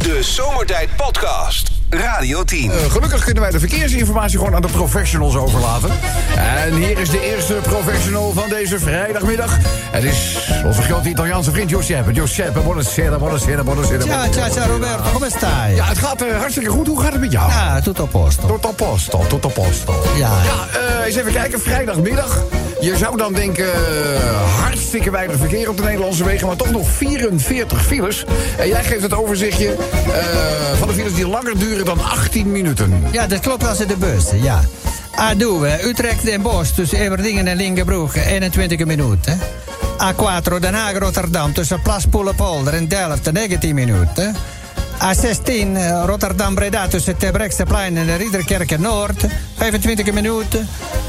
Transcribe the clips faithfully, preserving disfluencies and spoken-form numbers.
De Zomertijd Podcast. Radio tien. Uh, gelukkig kunnen wij de verkeersinformatie gewoon aan de professionals overlaten. En hier is de eerste professional van deze vrijdagmiddag. Het is onze grote Italiaanse vriend Giuseppe. Giuseppe, buonasera, buonasera, buonasera. Ciao, ciao, ciao Roberto, come stai? Ja, het gaat uh, hartstikke goed. Hoe gaat het met jou? Ja, tutto a posto. Tutto a posto, tutto a posto. Ja. Ja, uh, eens even kijken, vrijdagmiddag. Je zou dan denken, uh, hartstikke weinig verkeer op de Nederlandse wegen, maar toch nog vierenveertig files. En jij geeft het overzichtje uh, van de files die langer duren dan achttien minuten. Ja, dat klopt als in de bus, ja. A due, Utrecht en Bosch tussen Everdingen en Lingenbroek, eenentwintig minuten. A quattro, Den Haag, Rotterdam tussen Plaspoelenpolder en Delft, negentien minuten. A zestien, Rotterdam-Breda tussen Terbrechtseplein en Riederkerke Noord, vijfentwintig minuten.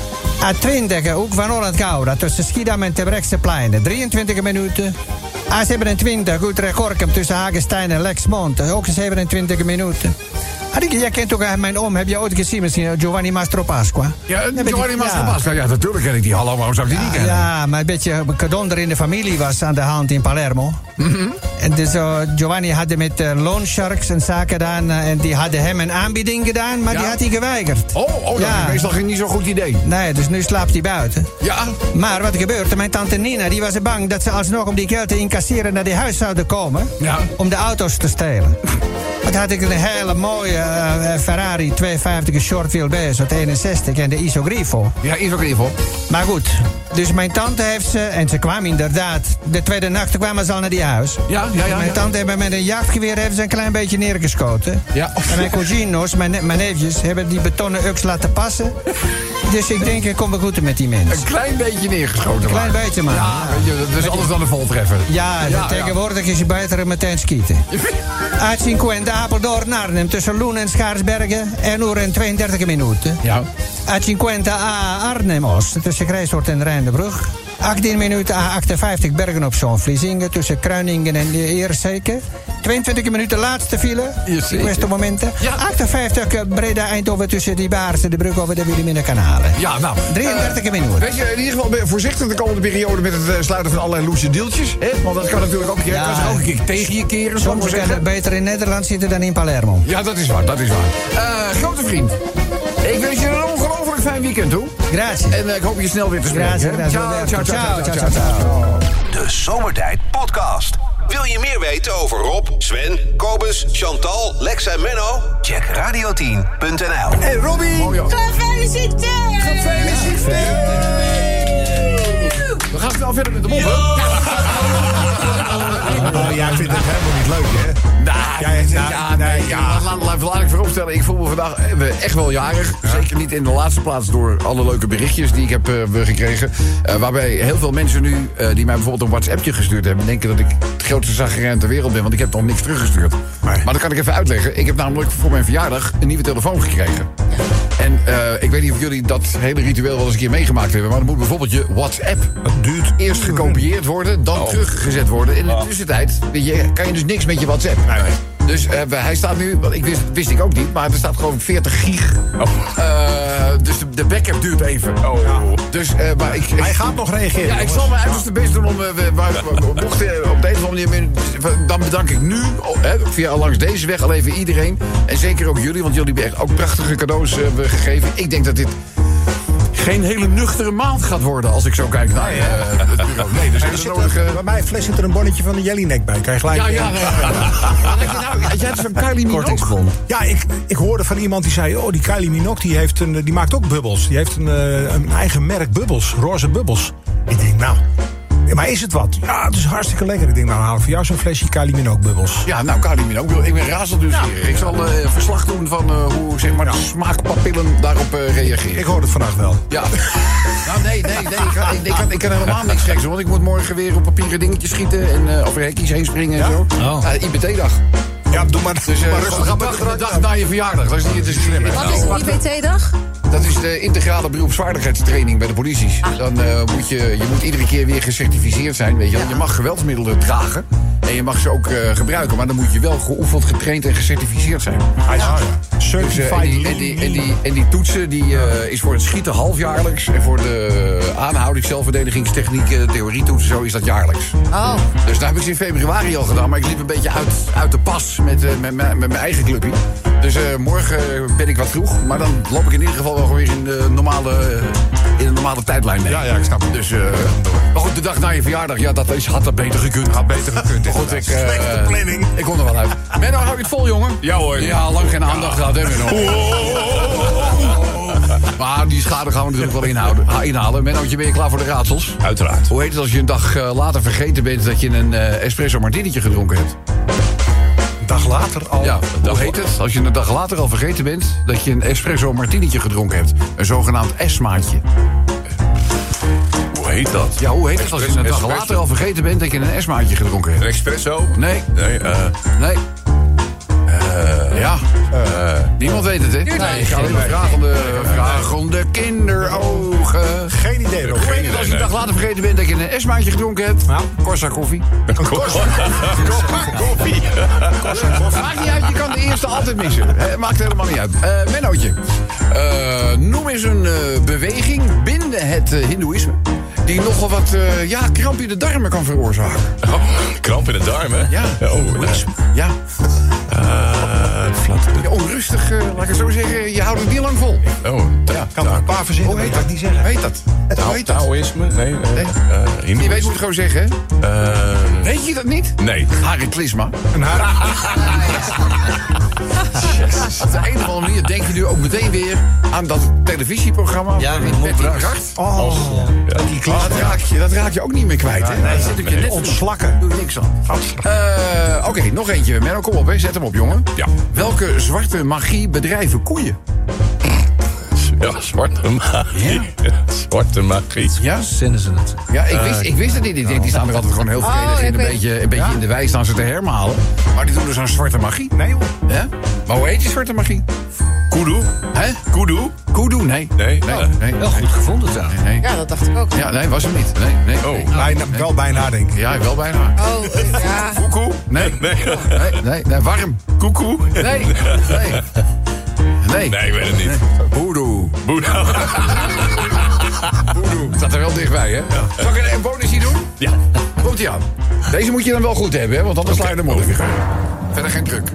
A twintig, Hoek van Holland-Gouda tussen Schiedam en Terbrechtseplein, drieëntwintig minuten. A zevenentwintig, Utrecht-Gorkum tussen Hagestein en Lexmond, ook zevenentwintig minuten. Adike, jij kent ook mijn oom, heb je ooit gezien misschien, Giovanni Mastropasqua? Ja, Giovanni Mastropasqua, ja, natuurlijk ken ik die. Hallo, waarom zou ik die ja, niet kennen? Ja, maar een beetje kadonder in de familie was aan de hand in Palermo. Mm-hmm. En dus uh, Giovanni had met uh, Loan Sharks een zaak gedaan uh, en die hadden hem een aanbieding gedaan, maar ja. die had hij geweigerd. Oh, oh ja. Dat is meestal geen niet zo'n goed idee. Nee, dus nu slaapt hij buiten. Ja. Maar wat er gebeurde, mijn tante Nina, die was bang dat ze alsnog om die geld te incasseren naar die huis zouden komen. Ja. Om de auto's te stelen. Toen had ik een hele mooie uh, Ferrari tweehonderdvijftig short wheelbase uit eenenzestig en de Isogrifo. Ja, Isogrifo. Maar goed, dus mijn tante heeft ze, en ze kwam inderdaad, de tweede nacht kwamen ze al naar die huis. Ja, ja, ja. Mijn ja. tante hebben met een jachtgeweer hebben ze een klein beetje neergeschoten. Ja. En mijn cugino's, mijn, mijn neefjes, hebben die betonnen uks laten passen. Dus ik denk, ik kom wel goed met die mensen. Een klein beetje neergeschoten. Een klein beetje, man. Ja, ja. Dat is anders dan een voltreffer. Ja, ja, tegenwoordig is je beter meteen schieten. A cinquanta Apeldoorn Arnhem tussen Loen en Schaarsbergen, één uur en tweeëndertig minuten. Ja. A cinquanta A Arnhem-Oost tussen Grijshoort en Rijndenbrug. achttien minuten A achtenvijftig Bergen op Zoom Vlissingen tussen Kruiningen en Eerseke. tweeëntwintig minuten laatste file. In queste momenten. Ja. achtenvijftig Breda Eindhoven tussen die Baars en de brug over de Wilhelminakanalen. Ja, nou. drieëndertig uh, minuten. Weet je, in ieder geval ben je voorzichtig de komende periode met het uh, sluiten van allerlei loesje deeltjes. Hè? Want dat kan natuurlijk ook een keer, ja. kan zich ook een keer tegen je keren. Soms kan het beter in Nederland zitten dan in Palermo. Ja, dat is waar, dat is waar. Uh, grote vriend. Ik wens je een ongelooflijk fijn weekend toe. Grazie. En uh, ik hoop je snel weer te spreken. Grazie, grazie. Ciao, ciao, ciao, ciao, ciao, ciao, ciao. De Zomertijd Podcast. Wil je meer weten over Rob, Sven, Kobus, Chantal, Lex en Menno? Check radio tien punt n l. Hey Robbie! Oh, ja. Gefeliciteerd! Gefeliciteerd! We gaan snel verder met de mop, hè? Uh, jij vindt het helemaal niet leuk, hè? Nou, Jij, ja, ja, nee, nee, ja. Laat, laat, laat ik vooropstellen, ik voel me vandaag echt wel jarig. Ja. Zeker niet in de laatste plaats door alle leuke berichtjes die ik heb uh, gekregen. Uh, waarbij heel veel mensen nu, uh, die mij bijvoorbeeld een WhatsAppje gestuurd hebben, denken dat ik het grootste zagrijn ter wereld ben, want ik heb nog niks teruggestuurd. Nee. Maar dat kan ik even uitleggen. Ik heb namelijk voor mijn verjaardag een nieuwe telefoon gekregen. En uh, ik weet niet of jullie dat hele ritueel wel eens een keer meegemaakt hebben, maar dan moet bijvoorbeeld je WhatsApp duurt eerst gekopieerd worden, dan oh. teruggezet worden. In de tussentijd weet je, kan je dus niks met je WhatsApp. Nee, nee. Dus uh, hij staat nu, want ik wist, wist ik ook niet, maar er staat gewoon veertig gig. Oh. Uh, dus de, de backup duurt even. Oh. Ja. Dus, uh, maar ik, hij gaat nog reageren. Ja, ik zal mijn uiterste best doen om, uh, waar, mocht uh, op de een of andere manier, dan bedank ik nu, oh, hè, via langs deze weg al even iedereen. En zeker ook jullie, want jullie hebben echt ook prachtige cadeaus uh, gegeven. Ik denk dat dit geen hele nuchtere maand gaat worden als ik zo kijk naar uh, het bureau. Nee, dus er nodig, uh... bij mij fles zit er een bonnetje van de Jellyneck bij. Kan je gelijk... Ja, ja, ja. ja. Nou, jij hebt zo'n Kylie Minogue. Ja, ik, ik hoorde van iemand die zei, oh, die Kylie Minogue die heeft een, die maakt ook bubbels. Die heeft een, een eigen merk bubbels, roze bubbels. Ik denk, nou... Maar is het wat? Ja, het is hartstikke lekker. Ik denk, nou haal ik voor jou zo'n flesje Kylie Minogue bubbels. Ja, nou, Kylie Minogue. Ik ben razend nieuwsgierig. Ja. Ik zal uh, verslag doen van uh, hoe zeg maar, de smaakpapillen daarop uh, reageren. Ik hoor het vannacht wel. Ja. nou, nee, nee, nee. Ik, ga, ik, ik, kan, ik kan helemaal niks geks doen. Want ik moet morgen weer op papieren dingetjes schieten. En uh, over hekjes heen springen en ja? zo. Oh. Uh, I B T-dag. Ja, doe maar, dus, uh, maar rustig. De dag, de dag na je verjaardag. Dat is niet te slim. Wat is I B T-dag? Dat is de integrale beroepsvaardigheidstraining bij de polities. Dan uh, moet je, je moet iedere keer weer gecertificeerd zijn, weet je. Je mag geweldsmiddelen dragen en je mag ze ook uh, gebruiken, maar dan moet je wel geoefend, getraind en gecertificeerd zijn. Hij is Dus, certified. uh, en, die, en, die, en, die, en die toetsen die, uh, is voor het schieten halfjaarlijks en voor de aanhouding, zelfverdedigingstechnieken, theorietoetsen, zo is dat jaarlijks. Oh. Dus daar heb ik ze in februari al gedaan, maar ik liep een beetje uit, uit de pas met, uh, met, met, met mijn eigen clubje. Dus uh, morgen ben ik wat vroeg, maar dan loop ik in ieder geval wel weer in de normale, uh, in de normale tijdlijn mee. Ja, ja, ik snap het. Dus, uh, maar goed, de dag na je verjaardag, ja, dat is, had dat beter gekund. Had beter gekund. Maar goed, ik, uh, Slechte planning. ik kom er wel uit. Menno, hou je het vol, jongen? Ja hoor. Ja, lang geen aandacht gehad, hè, Menno? Maar die schade gaan we natuurlijk wel inhouden, ha, inhalen. Mennootje, ben je klaar voor de raadsels? Uiteraard. Hoe heet het als je een dag uh, later vergeten bent dat je een uh, espresso martinietje gedronken hebt? Een dag later al. Ja, hoe heet het als je een dag later al vergeten bent dat je een espresso martinietje gedronken hebt? Een zogenaamd esmaatje. Hoe heet dat? Ja, hoe heet het als je een dag Espresso. later al vergeten bent dat je een esmaatje gedronken Een hebt? espresso? Nee, Nee, eh... nee. Ja, niemand weet het, hè? Nee, ik ga alleen maar vragende, vragende kinderogen. Geen idee, Rob. Hoe heet het als je een dag later vergeten bent dat je een esmaatje gedronken hebt? Nou? Corsa koffie. Koffie. Maakt niet uit, je kan de eerste altijd missen. Het maakt helemaal niet uit. Uh, Mennootje, uh, noem eens een uh, beweging binnen het uh, hindoeïsme die nogal wat uh, ja, kramp in de darmen kan veroorzaken. Oh, kramp in de darm, hè? Ja. Oh, uh, Ja, uh, flat. ja onrustig, uh, laat ik het zo zeggen. Je houdt het niet lang vol. Oh, Ja. Kan er een paar verzinnen, Hoe maar heet dat dat? niet zeggen. Hoe heet dat? Hoe heet dat? Taoïsme? Nee. nee. Nee. Uh, Je weet moet het gewoon zeggen, hè? Uh, Weet je dat niet? nee. Hare Klisma. Een haar. Op de een of andere manier denk je nu ook meteen weer aan dat televisieprogramma. Ja, met met Betty Montbras. Bracht. Oh, Ja. die Oh, klas. dat, raak je, dat raak je ook niet meer kwijt, hè? nee, Dat zit op je net ontslakken. Doe je niks aan. Uh, Oké, nog eentje. Menno, kom op, hè. Zet hem op, jongen. Ja. Welke zwarte magie bedrijven koeien? Ja, zwarte magie. Zwarte magie. Ja? Zinnen ze het. Ja, ik wist, ik wist het niet. Ik denk, die staan er altijd gewoon heel vredig Oh, in. ik Een weet- beetje, een beetje in de wei staan ze te hermalen. Maar die doen dus aan zwarte magie. Nee, joh. Ja? Maar hoe heet die zwarte magie? Kudu? Hè? Kudu? Kudu? Nee. Nee. Nee, Oh. nee. Wel goed gevonden trouwens. Nee, nee. Ja, dat dacht ik ook. Ja, nee, was hem niet. Nee, nee. Oh. nee. Bijna, wel bijna, denk ik. Ja, wel bijna. Oh, ja. Koekoe? Nee. Nee. Nee, nee, nee, warm. Koekoe? Nee, nee. Nee. Nee, ik weet het niet. Boedoe. Boeddha. Boedoe. Het staat er wel dichtbij, hè? Zal ik een bonusje doen? Ja. Komt ie aan. Deze moet je dan wel goed hebben, hè? Want anders sla je de modder weer. Verder geen druk.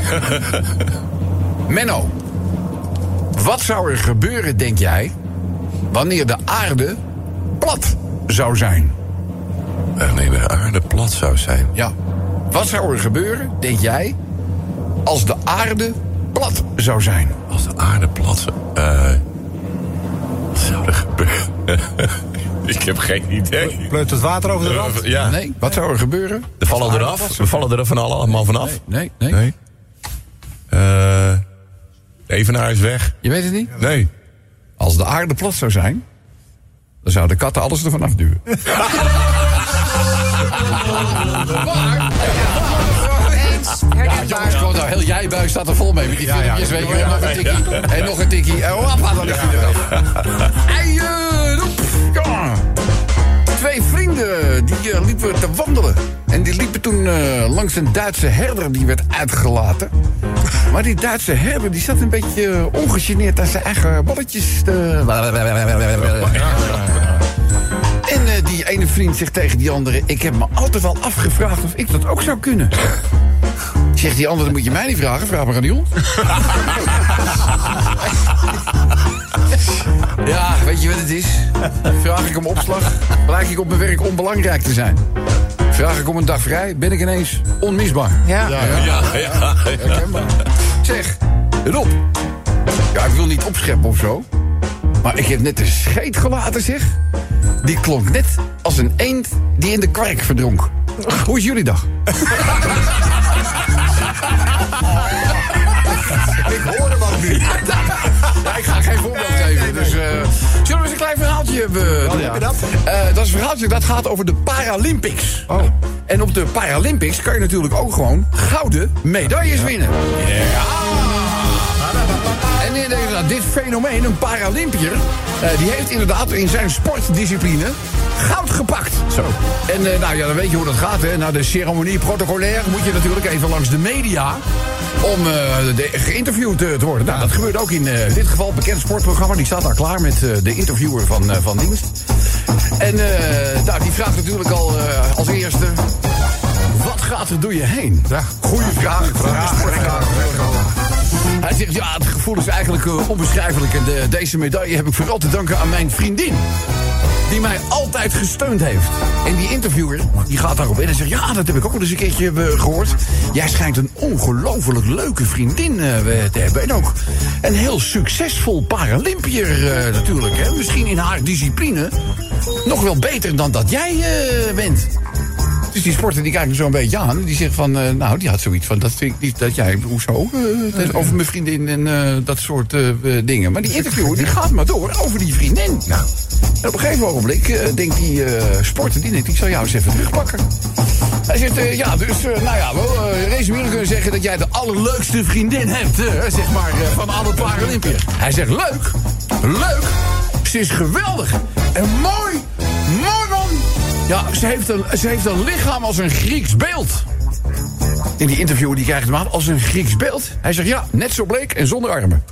Menno. Wat zou er gebeuren, denk jij, wanneer de aarde plat zou zijn? Uh, nee, de aarde plat zou zijn. Ja. Wat zou er gebeuren, denk jij, als de aarde plat zou zijn? Als de aarde plat zou... Uh, wat zou er gebeuren? Ik heb geen idee. Pleut het water over de rand. Uh, ja. Nee, wat zou er gebeuren? We vallen eraf. We vallen er van allemaal vanaf. Nee, nee. Nee. Uh, de Evenaar is weg. Je weet het niet? Nee. Als de aarde plat zou zijn, dan zouden de katten alles ervan afduwen. Eens. Herkenbaar. Gewoon nou, heel jijbui staat er vol mee met die Ja, ja. filmpjes, weet je wel. Nog een tikkie. En nog een tikkie. En hoppa, dan ligt hij eraf. Ei, eh, oep, ja. Twee vrienden die uh, liepen te wandelen. En die liepen toen uh, langs een Duitse herder die werd uitgelaten. Maar die Duitse herder die zat een beetje uh, ongegeneerd aan zijn eigen balletjes te... En uh, die ene vriend zegt tegen die andere... ik heb me altijd wel afgevraagd of ik dat ook zou kunnen. Zegt die andere, dat moet je mij niet vragen. Vraag maar aan die hond. Ja, weet je wat het is? Vraag ik om opslag, blijkt ik op mijn werk onbelangrijk te zijn. Vraag ik om een dag vrij, ben ik ineens onmisbaar. Ja. Ja, Ja, ja. herkenbaar. Zeg, Rob. Ja, ik wil niet opscheppen of zo. Maar ik heb net een scheet gelaten, zeg. Die klonk net als een eend die in de kwark verdronk. Hoe is jullie dag? Ik hoor hem ook niet. Ja, ik ga geen voorbeeld geven. Dus, uh, zullen we eens een klein verhaaltje hebben? Wat heb je dat? Uh, dat is een verhaaltje dat gaat over de Paralympics. Oh. En op de Paralympics kan je natuurlijk ook gewoon gouden medailles winnen. Ja. En En uh, nou, dit fenomeen, een Paralympiër, uh, die heeft inderdaad in zijn sportdiscipline goud gepakt. Zo. En uh, nou ja, dan weet je hoe dat gaat, hè. Na de ceremonie protocolair moet je natuurlijk even langs de media om uh, de, geïnterviewd uh, te worden. Nou, dat gebeurt ook in uh, dit geval. Bekend sportprogramma, die staat daar klaar met uh, de interviewer van, uh, van dienst. En uh, nou, die vraagt natuurlijk al uh, als eerste: wat gaat er door je heen? Ja, goeie vraag. vraag, vraag, vraag. Hij zegt, ja, het gevoel is eigenlijk uh, onbeschrijfelijk. En de, deze medaille heb ik vooral te danken aan mijn vriendin, die mij altijd gesteund heeft. En die interviewer, die gaat daarop in en zegt, ja, dat heb ik ook wel eens een keertje uh, gehoord. Jij schijnt een ongelooflijk leuke vriendin uh, te hebben. En ook een heel succesvol Paralympiër uh, natuurlijk. Hè? Misschien in haar discipline nog wel beter dan dat jij uh, bent. Dus die sporter die kijkt me zo een beetje aan. Die zegt van, uh, nou, die had zoiets van, dat vind ik niet, dat jij, hoezo, uh, over mijn vriendin en uh, dat soort uh, dingen. Maar die interviewer, die gaat maar door over die vriendin. Nou, en op een gegeven ogenblik uh, denkt die uh, sporter, die denkt, ik zal jou eens even terugpakken. Hij zegt, uh, ja, dus, uh, nou ja, we uh, resumeren kunnen zeggen dat jij de allerleukste vriendin hebt, uh, zeg maar, uh, van alle Paralympiërs. Hij zegt, leuk, leuk, ze is geweldig en mooi, mooi man. Ja, ze heeft, een, ze heeft een lichaam als een Grieks beeld. En die interviewer die krijgt hem aan als een Grieks beeld. Hij zegt ja, net zo bleek en zonder armen.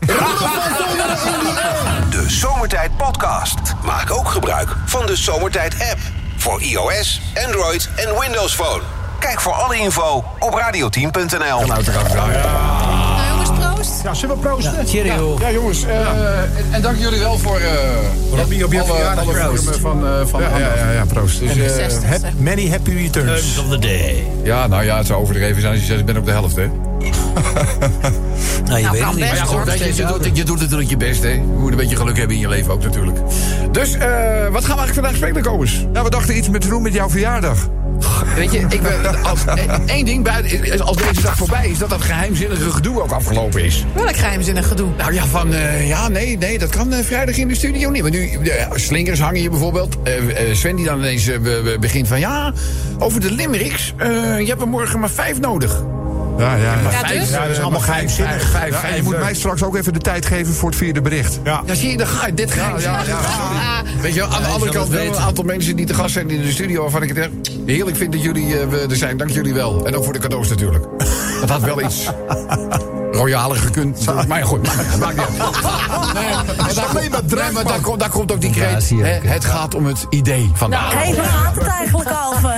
De Zomertijd Podcast. Maak ook gebruik van de Zomertijd app. Voor iOS, Android en Windows Phone. Kijk voor alle info op radio tien punt n l. Nou, jongens, proost. Ja, zullen we proosten? Ja, cheerio. Ja, jongens, uh, en, en dank jullie wel voor uh, Robbie, op je alle, verjaardag alle proost. vormen van, uh, van Ja, ja, ja, ja, proost. Dus, uh, Hap- many happy returns. of the day. ja, nou ja, het zou overdreven zijn als je zegt, ik ben op de helft, hè. Nou, je Nou, weet kan het niet. best, Maar ja, hoor. goed, weet je, je, doet, je doet natuurlijk je best, hè. Je moet een beetje geluk hebben in je leven ook natuurlijk. Dus, uh, wat gaan we eigenlijk vandaag spelen, Kobus? Nou, we dachten iets met te doen met jouw verjaardag. Weet je, ik ben, als, één ding, bij, als deze dag voorbij is, dat dat geheimzinnige gedoe ook afgelopen is. Welk geheimzinnig gedoe. Nou ja, van, uh, ja, nee, nee, dat kan uh, vrijdag in de studio niet. Maar nu, uh, slingers hangen hier bijvoorbeeld. Uh, uh, Sven die dan ineens uh, begint van, ja, over de limericks, uh, je hebt er morgen maar vijf nodig. Ja, ja, ja. Ja, dus? Ja, dat is allemaal geheimzinnig. Vijf, vijf, Ja, vijf, en je moet uh, mij straks ook even de tijd geven voor het vierde bericht. Ja. Ja, zie je, dan ga je dit geheim. Ja, ja, ja. Ah, Weet je, aan de Ja, andere je zal kant het wel een weten. aantal mensen die te gast zijn in de studio, waarvan ik het echt heerlijk vind dat jullie uh, er zijn. Dank jullie wel. En ook voor de cadeaus natuurlijk. Dat had wel iets royaler gekund. Maar ja, goed, maakt, maakt niet uit. Nee, maar daar, alleen maar druk, nee, maar daar, man. komt, daar komt ook die Ja, kreet. zie je hè, ook, het gaat om het idee van de Nou, avond. Hé, waar gaat het eigenlijk over?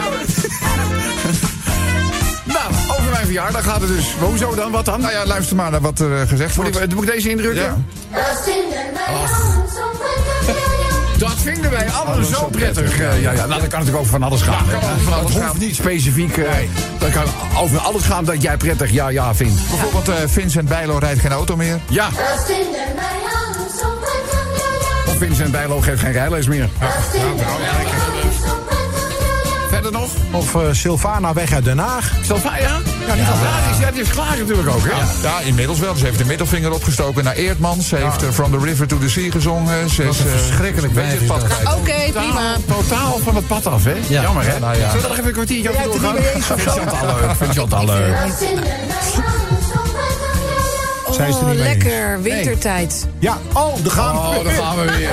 Nou, over mijn verjaardag gaat het dus. Maar hoezo dan? Wat dan? Nou ja, luister maar naar wat er eh, gezegd Moet wordt. ik, moet ik deze indrukken? Ja. Dat vinden wij allen zo prettig. Uh, ja, ja, nou, dat kan natuurlijk over van alles gaan. Ja, kan over van alles het gaan. hoeft niet specifiek. Uh, dat kan over alles gaan dat jij prettig ja, ja vindt. Bijvoorbeeld eh, Vincent Bijlo rijdt geen auto meer. Ja, of Vincent Bijlo geeft geen rijles meer. Verder nog? Of uh, Sylvana weg uit Den Haag. Sylvana, ja? Ja, die, ja. Is, ja, die is klaar natuurlijk ook, hè? Ja, ja, inmiddels wel. Ze heeft de middelvinger opgestoken naar Eerdmans. Ze heeft eh, From the River to the Sea gezongen. Ze is, een eh, verschrikkelijk weet je, het wijf is pad dat. kwijt. Oké, prima. Totaal van het pad af, hè? Ja. Jammer, hè? nou ja. Zullen we er nog even een kwartiertje over Jij hebt het doorgaan? niet mee eens, of Vind zo? Chantal leuk, vind Chantal leuk. Zijn ze er Oh, niet mee lekker. Wintertijd. Ja, oh, daar gaan we. Oh, daar gaan we weer.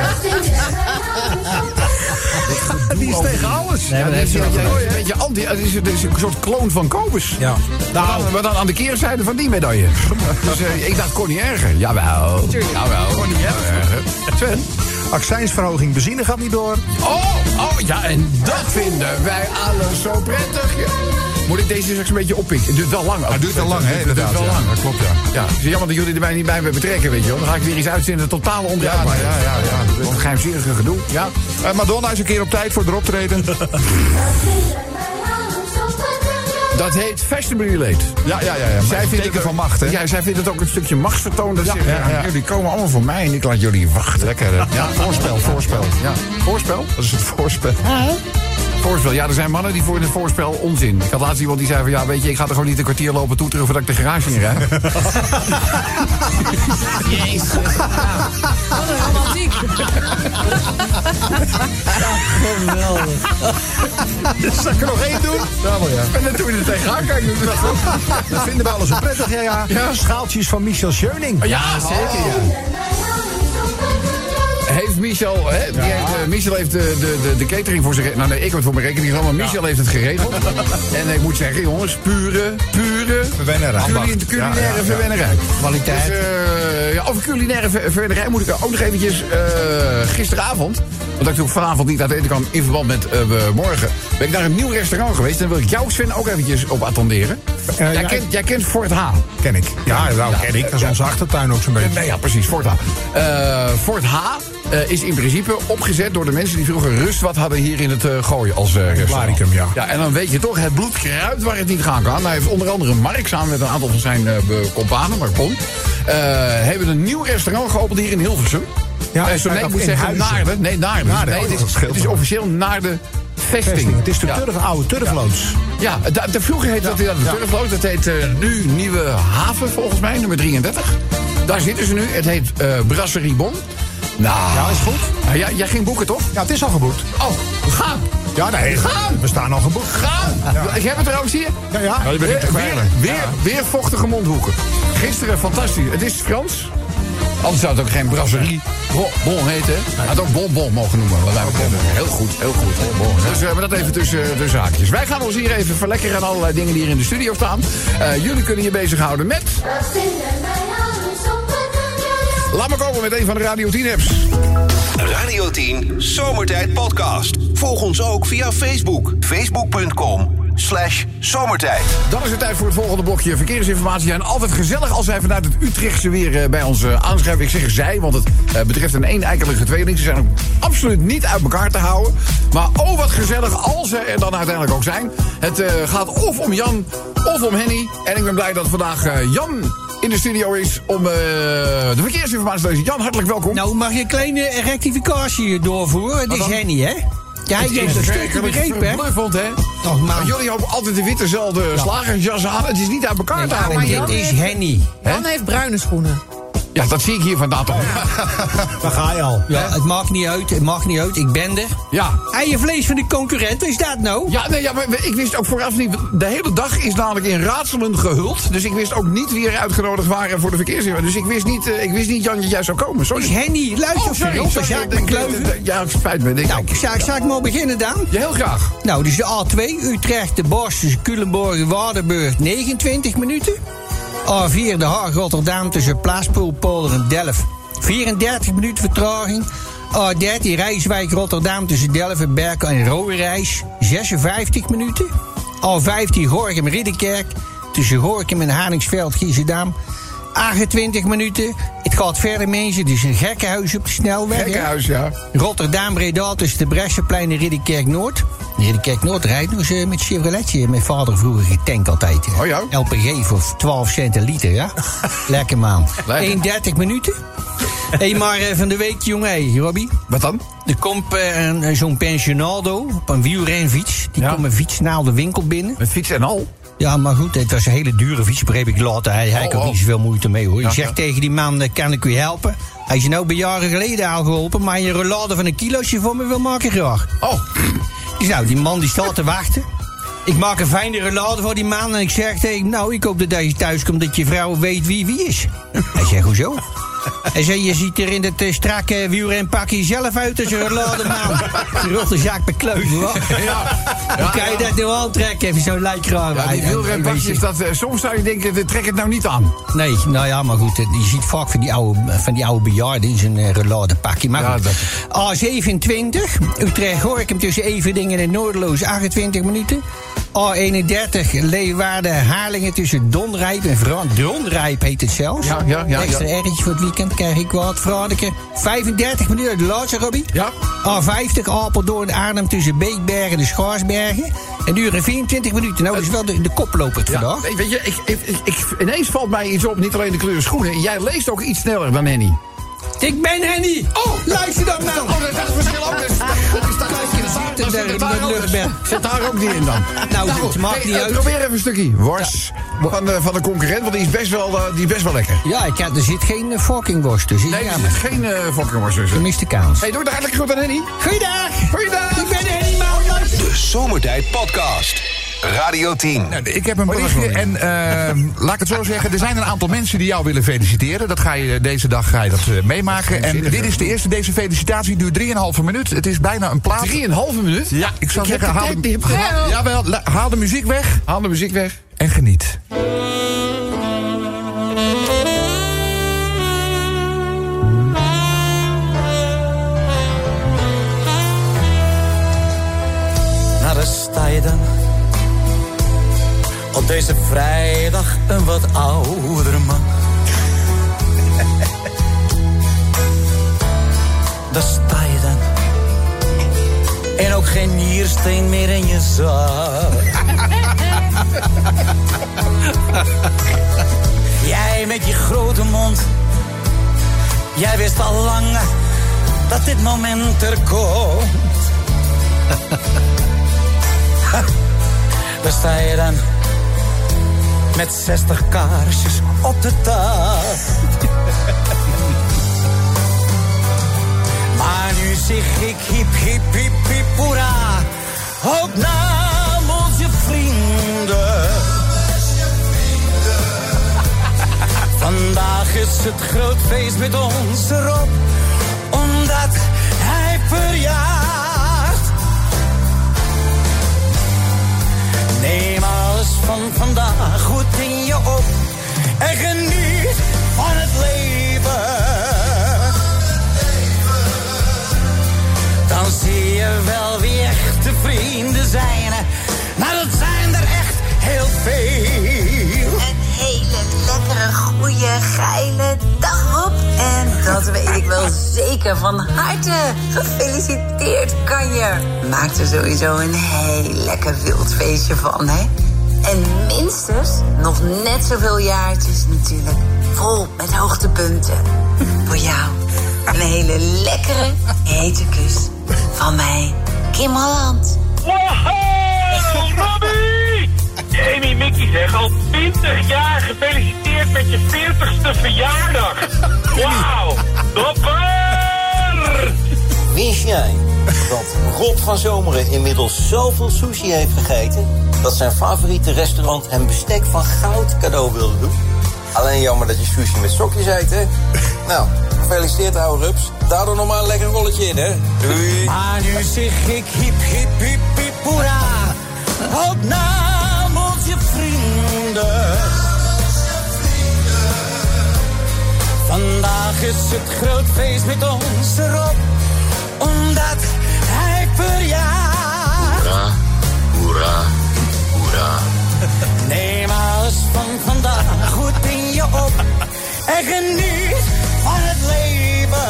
Die is tegen alles. Nee, maar dat heeft ze Ja, wel ja, gedaan. ja, een beetje anti, het is, het is een soort kloon van Kobus. Ja. Nou, Nou, maar dan aan de keerzijde van die medaille. Dus uh, ik dacht, kon niet erger. Jawel. Jawel, kon niet erger. Sven? accijnsverhoging benzine gaat niet door. Oh, oh, ja, en dat vinden wij allen zo prettig. Ja. Moet ik deze straks een beetje oppikken? Het duurt wel lang. Het duurt wel lang, hè? Het duurt Inderdaad. wel Ja, lang. dat klopt, ja. Ja, het is jammer dat jullie er mij niet bij me betrekken, weet je wel. Dan ga ik weer iets uitzenden, totale Ja, onbruikbaar. ja, ja, ja. Wat een geheimzinnige gedoe. Ja. Eh, Madonna is een keer op tijd voor haar optreden. Dat heet Fashionably Late. Ja, ja, ja. ja. Zij vindt teken het van macht, hè? Ja, zij vindt het ook een stukje machtsvertoon. Dat Ja, ze zeggen, ja, ja. jullie komen allemaal voor mij en ik laat jullie wachten. Lekker, hè? Ja, voorspel, voorspel. Ja. Voorspel? Dat is het voorspel. Voorspel. Ja, er zijn mannen die voor in het voorspel onzin. Ik had laatst iemand die zei van, ja, weet je, ik ga er gewoon niet een kwartier lopen toeteren voordat ik de garage in rijd. Jezus. Wat een romantiek. Geweldig. Zal ik er nog één doen? Ja, maar ja. En dan doe je er tegenaan. Kijk, doe je dat ook. Dat vinden we alles zo prettig, ja, ja. Ja. Schaaltjes van Michel Schöning. Ja, zeker, ja. Heeft Michel, hè, die heeft, uh, Michel heeft de, de, de, de catering voor zich. Nou nee, ik heb het voor mijn rekening genomen, maar Michel heeft het geregeld. En ik moet zeggen, jongens, pure, pure Verwennerij. Culi- culinaire Ja, ja, ja. verwennerij. Kwaliteit. Dus, uh, ja, over culinaire ver- verwennerij moet ik ook nog eventjes uh, gisteravond, want ik ook vanavond niet uit eten kan in verband met uh, morgen, ben ik naar een nieuw restaurant geweest. En daar wil ik jou, Sven, ook eventjes op attenderen. Uh, jij, ja, kent, jij kent Fort H. Ken ik. Ja, nou Ja, ken ik. Dat is ja. onze achtertuin ook zo'n beetje. Nee, ja, precies, Fort H. Uh, Fort H uh, is in principe opgezet door de mensen die vroeger rust wat hadden hier in het uh, Gooien als uh, restaurant. Blaricum, ja. Ja, en dan weet je toch, het bloed kruidt waar het niet gaan kan. Hij heeft onder andere Mark, samen met een aantal van zijn uh, companen, Mark Pon, uh, hebben een nieuw restaurant geopend hier in Hilversum. Ja, uh, zo, nee, ik moet in zeggen Huizen. Naarden. Nee, Naarden. Naarden, Nee, oh, het, dat is, scheelt het is wel. officieel Naarden Vesting. Vesting. Het is de Ja. turf, oude turfloods. Ja, de, de vroeger heette dat inderdaad de Turfloot. Dat heet uh, nu Nieuwe Haven, volgens mij, nummer drieëndertig. Daar zitten ze nu. Het heet uh, Brasserie Bon. Nou, Ja, is goed. uh, ja, jij ging boeken, toch? Ja, het is al geboekt. Oh, gaan! Ja, nee, Gaan! we staan al geboekt. Gaan! Ik heb het trouwens hier. Ja, ja. Ja, je begint te weer, kwijlen. weer, weer vochtige mondhoeken. Gisteren fantastisch. Het is Frans. Anders zou het ook geen brasserie bon, bon heten. Hij had ook bonbon mogen noemen. Wat mij betreft. Heel goed, heel goed. Dus uh, maar dat even tussen, tussen haakjes. Wij gaan ons hier even verlekkeren aan allerlei dingen die hier in de studio staan. Uh, jullie kunnen je bezighouden met... Laat me komen met een van de Radio tien apps. Radio tien Zomertijd Podcast. Volg ons ook via Facebook. Facebook.com slash zomertijd. Dan is het tijd voor het volgende blokje verkeersinformatie. En altijd gezellig als zij vanuit het Utrechtse weer uh, bij ons uh, aanschrijven. Ik zeg zij, want het uh, betreft een eenijkelige tweeling. Ze zijn ook absoluut niet uit elkaar te houden. Maar oh wat gezellig als ze er dan uiteindelijk ook zijn. Het uh, gaat of om Jan of om Henny. En ik ben blij dat vandaag uh, Jan in de studio is om uh, de verkeersinformatie te lezen. Jan, hartelijk welkom. Nou, mag je een kleine rectificatie doorvoeren? Het is dan? Henny, hè? Ja, je hebt een stukje begrepen, hè? Verbluffend, hè? Och, man. Maar jullie hebben altijd de wittezelfde slagersjas aan. Het is niet uit elkaar te Ja, houden. maar dit is Henny. Jan heeft bruine schoenen. Ja, dat zie ik hier vandaan toch. Daar ga je al. Ja, het maakt niet uit, het maakt niet uit. Ik ben er. Ja. Eiervlees van de concurrent, is dat nou? Ja, nee, ja, maar ik wist ook vooraf niet. De hele dag is namelijk in raadselen gehuld. Dus ik wist ook niet wie er uitgenodigd waren voor de verkeersinformatie. Dus ik wist niet, uh, ik wist niet Jan, dat jij zou komen. Het Sorry. is Henny. Luister, Oh, sorry. Philip, sorry. Jacques Ik- met Kleuven. Ja, het spijt me. Ik, Nou, ik- zal, zal ik maar beginnen dan? ja, heel graag. Nou, dus de A twee, Utrecht, de Bosch, tussen Culemborg, Waardenburg, negenentwintig minuten. A vier, de Haag, Rotterdam, tussen Plaaspoel, Polder en Delft, vierendertig minuten vertraging. A dertien, Rijswijk, Rotterdam, tussen Delft en Berkel en Rooireis, zesenvijftig minuten. A vijftien, Gorinchem, Ridderkerk, tussen Gorinchem en Haningsveld, Giesendam, achtentwintig minuten. Het gaat verder, mensen, dus een gekkenhuis op de snelweg. hè? Gekkenhuis, ja. Rotterdam, Breda, tussen de Bresseplein en Ridderkerk Noord. Ridderkerk Noord rijdt nog eens eh, met Chevroletje. Mijn vader vroeger getankt altijd. hè. Oh ja? L P G voor twaalf cent een liter, ja? Lekker man. Lekker. eenendertig minuten. Hé, hey, maar eh, van de week, jongen, hey, Robbie. Wat dan? Er komt eh, een- zo'n pensionado op een wielrenfiets. Die Ja. komt een fiets naar de winkel binnen. Met fiets en al? Ja, maar goed, het was een hele dure fiets, begreep ik later. Hij had Oh, ook oh. niet zoveel moeite mee, hoor. Je Ja, zegt ja. tegen die man, eh, kan ik u helpen? Hij is nou bij jaren geleden al geholpen, maar je rollade van een kilootje voor me wil maken graag. Oh. Dus nou, die man die staat te wachten. Ik maak een fijne rollade voor die man en ik zeg tegen hem, nou, ik hoop dat als je thuis komt dat je vrouw weet wie wie is. Hij zegt, hoezo? Hij zei, je ziet er in dat uh, strakke wielrenpakje zelf uit als een rollade man. De rotte zaak bekleuven, hoor. Ja. Hoe kan je dat nou aantrekken? Even zo'n lijkraam. Ja, die wielrenpakjes, dat, uh, soms zou je denken, dit trek het nou niet aan. Nee, nou ja, maar goed, eh, je ziet vaak van die oude, van die oude bejaarden in zijn uh, rollade pakje. Maar Ja, goed. dat- A zevenentwintig, Utrecht-Gorkum tussen Everdingen en Noorderloos, achtentwintig minuten. A eenendertig, Leeuwarden-Haarlingen tussen Donrijp en Vraan. Donrijp heet het zelfs. Ja, ja, ja, Extra ja. erretje voor het weekend, krijg ik wat. Franeker, vijfendertig minuten, de laatste, Robbie. Ja. A vijftig, Apeldoorn-Arnhem tussen Beekbergen en de Schaarsbergen. En duren vierentwintig minuten. Nou, dat is wel de, de koploper Ja, vandaag. weet weet je, ik, ik, ik, ik- ineens valt mij iets op, niet alleen de kleur schoenen. Jij leest ook iets sneller dan Henny. Ik ben Henny! Oh, luister dan nou! Oh, dat is het verschil ook. Dat is- dat is daar- zit er dat zit daar daar in de ook- luchtbed. Zit daar ook niet in dan? Nou, het maakt hey, niet eh, uit. Probeer even een stukje wors van, de, van de concurrent, want die is best wel, eh, die is best wel lekker. Ja, ik had, er zit geen uh, fucking worst tussen. Nee, ja, er maar zit geen uh, fucking wors tussen. je mist de kans. Hey, doe het hartelijk goed aan Henny. Goeiedag! Goeiedag! Ik ben Henny, man! Luister. Zomertijd Podcast. Radio tien. Nou, ik heb een berichtje en uh, laat ik het zo zeggen. Er zijn een aantal mensen die jou willen feliciteren. Dat ga je, deze dag ga je dat uh, meemaken. En dit is de eerste. Deze felicitatie duurt drieënhalve minuut. Het is bijna een plaat. drieënhalve minuut? Ja, ik zou ik zeggen, haal de, haal, jawel, haal de muziek weg. Haal de muziek weg. En geniet. Nou, daar sta je dan. Op deze vrijdag een wat oudere man. Daar sta je dan. En ook geen niersteen meer in je zak. Jij met je grote mond. Jij wist al lang dat dit moment er komt. Daar sta je dan. Met zestig kaarsjes op de taart. Maar nu zeg ik hip, hip, hip, hip, hoera. Ook namens je vrienden. Vandaag is het groot feest met ons erop. Omdat hij verjaart. Neem alles van vandaag goed in je op. En geniet van het leven. Dan zie je wel wie echte vrienden zijn. Nou, dat zijn er echt heel veel. Een hele lekkere, goede, geile dag op. En dat weet ik wel zeker. Van harte gefeliciteerd, Kanje. Maak er sowieso een heel lekker wild feestje van, hè? En minstens nog net zoveel jaartjes natuurlijk. Vol met hoogtepunten. Voor jou een hele lekkere, hete kus. Van mij, Kim Holland. Wow, Robbie! Amy Mickey zeg, al twintig jaar gefeliciteerd met je veertigste verjaardag. Wauw, topper! Wist jij dat Rob van Zomeren inmiddels zoveel sushi heeft gegeten dat zijn favoriete restaurant hem bestek van goud cadeau wilde doen? Alleen jammer dat je sushi met sokjes eet, hè? Nou, gefeliciteerd, ouwe rups. Daardoor nog maar een lekker rolletje in, hè? Doei. Maar nu zeg ik hip, hip, hip, hip, hoera. Ook namens je vrienden. Vandaag is het groot feest met ons erop. Omdat hij verjaart. Hoera, hoera, hoera. Neem alles van vandaag goed in je op. En geniet van het leven.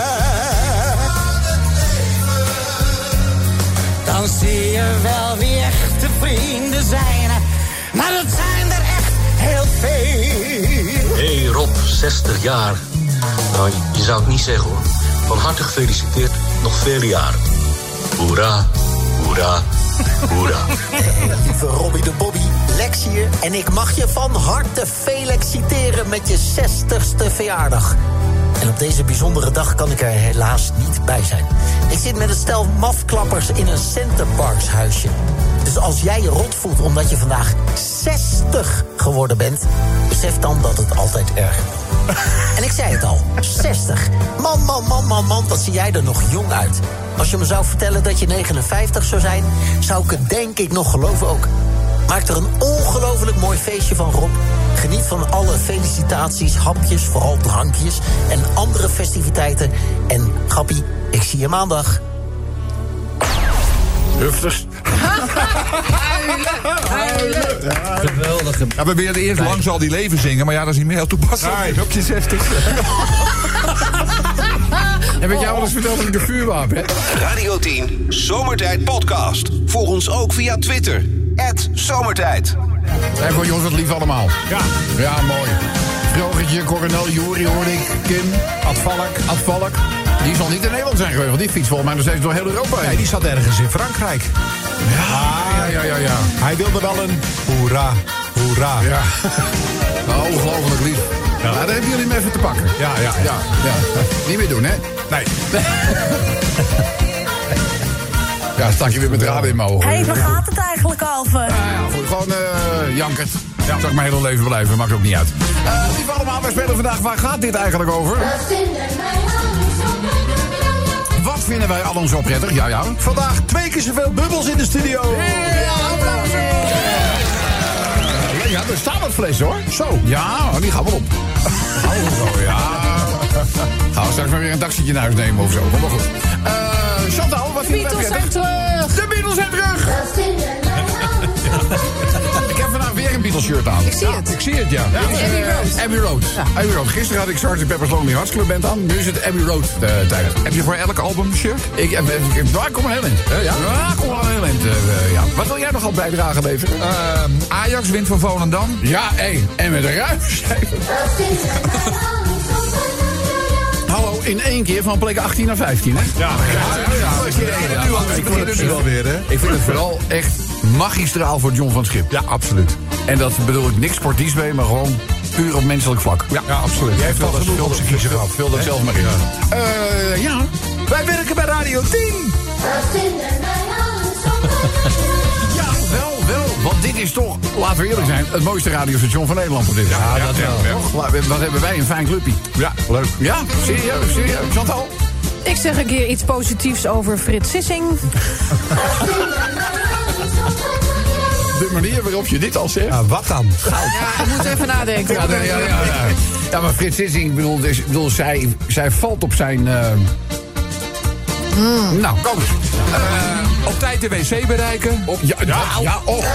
Dan zie je wel wie echte vrienden zijn. Maar dat zijn er echt heel veel. Hé hey Rob, zestig jaar. Nou, je zou het niet zeggen hoor. Van harte gefeliciteerd, nog vele jaren. Hoera, hoera, hoera. Lieve Robbie de Bobby, Lex hier. En ik mag je van harte feliciteren met je zestigste verjaardag. En op deze bijzondere dag kan ik er helaas niet bij zijn. Ik zit met een stel mafklappers in een Centerparks huisje. Dus als jij je rot voelt omdat je vandaag zestig geworden bent, besef dan dat het altijd erger wordt. En ik zei het al, zestig. Man, man, man, man, man, wat zie jij er nog jong uit. Als je me zou vertellen dat je negenenvijftig zou zijn, zou ik het denk ik nog geloven ook. Maak er een ongelooflijk mooi feestje van, Rob. Geniet van alle felicitaties, hapjes, vooral drankjes en andere festiviteiten. En Gappie, ik zie je maandag. Hufters. Ja, geweldig. Ja, we willen eerst Lang zal die leven zingen, maar ja, dat is niet meer heel toepasselijk. Nee, op je zestigste. Heb ik jou al eens verteld dat ik een vuurwapen heb? Radio tien Zomertijd Podcast. Volg ons ook via Twitter. at Zomertijd. En voor jongens, wat lief allemaal. Ja. Ja, mooi. Vrogertje, Coronel, Juri hoorde ik, Kim, Ad Valk, Ad Valk. Die zal niet in Nederland zijn geweest, want die fiets volgens mij nog steeds door heel Europa heen. Nee, die zat ergens in Frankrijk. Ja, ja, ja, ja. ja. Hij wilde wel een hoera, hoera. Ja. Nou, ongelooflijk lief. Ja. Nou, daar hebben jullie hem even te pakken. Ja, ja, ja. ja, ja. Niet meer doen, hè? Nee. Ja, stak je weer met raden in mijn ogen. Hé, hey, waar gaat het eigenlijk over? Ja, ja, goed, gewoon uh, jankert. Ja. Zal ik mijn hele leven blijven, maakt ook niet uit. Uh, lieve allemaal, wij spelen vandaag. Waar gaat dit eigenlijk over? Wat vinden wij allen zo prettig? Ja, ja. Vandaag twee keer zoveel bubbels in de studio. Ja, applaus. Ja, er staat wat vlees hoor. Zo. Ja, die gaan wel op. Oh, zo, ja. Gaan we straks maar weer een taxietje naar huis nemen of zo. Kom maar goed. Uh, Chantal, wat vind je De Beatles zijn terug. De Beatles zijn terug. Ik heb vandaag weer een Beatles shirt aan. Ik zie het. Ik zie het, ja. ja Abbey Road. Abbey Road. Ja. Abbey Road. Gisteren had ik sergeant Pepper's Lonely Hearts Club Band aan. Nu is het Abbey Road uh, tijd. Heb je voor elk album een shirt? Ik, ik, ik, ik, ik kom een heel eind. Uh, ja? Ja, ik kom wel een heel eind. Uh, ja. Wat wil jij nog al bijdragen leveren? Uh, Ajax wint van Volendam. Ja, één. En met een ruis. Hallo, in één keer van plek achttien naar vijftien, hè? Ja, ik vind het wel weer, hè? Ik vind het vooral echt magistraal voor John van Schip. Ja, absoluut. En dat bedoel ik niks sportiefs mee, maar gewoon puur op menselijk vlak. Ja, ja absoluut. Jij heeft al genoeg op zijn kiezen gehad. Vul dat zelf maar in. Ja. Uh, ja, wij werken bij Radio tien. Ja, wel, wel. Want dit is toch, laten we eerlijk zijn, het mooiste radiostation van Nederland op dit moment. Ja, ja, dat wel. Ja. Wat hebben wij een fijn clubje. Ja, leuk. Ja, serieus, serieus. Chantal? Ik zeg een keer iets positiefs over Frits Sissing. De manier waarop je dit al zegt. Ja, wat dan? Ja, ik moet even nadenken. Ja, ja, ja, ja, ja. Ja, maar Frits Sissing, ik bedoel, dus, ik bedoel zij, zij valt op zijn... Uh... Mm. Nou, kom eens. Uh, op tijd de wc bereiken. Op, ja, ja, ja, op.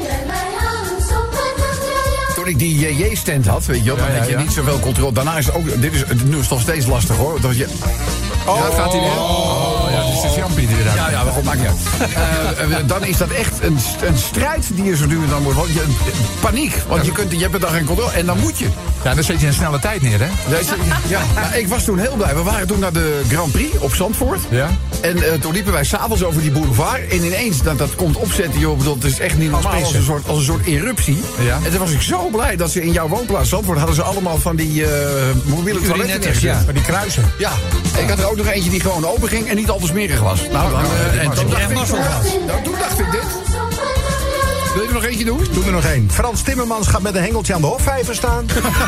Toen ik die J J-stand had, weet je wel, dan ja, ja, heb je ja. niet zoveel controle. Daarna is het ook, dit is, nu is het nog steeds lastig hoor. Dat je, oh, ja, gaat hij weer? Oh, ja, dit is de champie die eruit. Ja, ja, maar goed, maakt niet uit. uh, dan is dat echt een, een strijd die je zo nu en dan wordt. Want je, paniek, want je, kunt, je hebt er dan geen controle en dan moet je. Ja, dan zet je een snelle tijd neer, hè? Ja, nou, ik was toen heel blij. We waren toen naar de Grand Prix op Zandvoort. Ja. En uh, toen liepen wij s'avonds over die boulevard. En ineens, dat, dat komt opzetten, joh. Bedoel, het is echt niet normaal als een soort, als een soort eruptie. Ja. En toen was ik zo blij dat ze in jouw woonplaats Zandvoort hadden ze allemaal van die uh, mobiele toiletten. Ja, van die kruisen. Ja. Ik had er ook nog eentje die gewoon open ging en niet al te smerig was. Nou, dan, uh, en toen dacht, ik, nou, toen dacht ik dit. Wil je er nog eentje doen? Doe er nog één. Frans Timmermans gaat met een hengeltje aan de Hofvijver staan.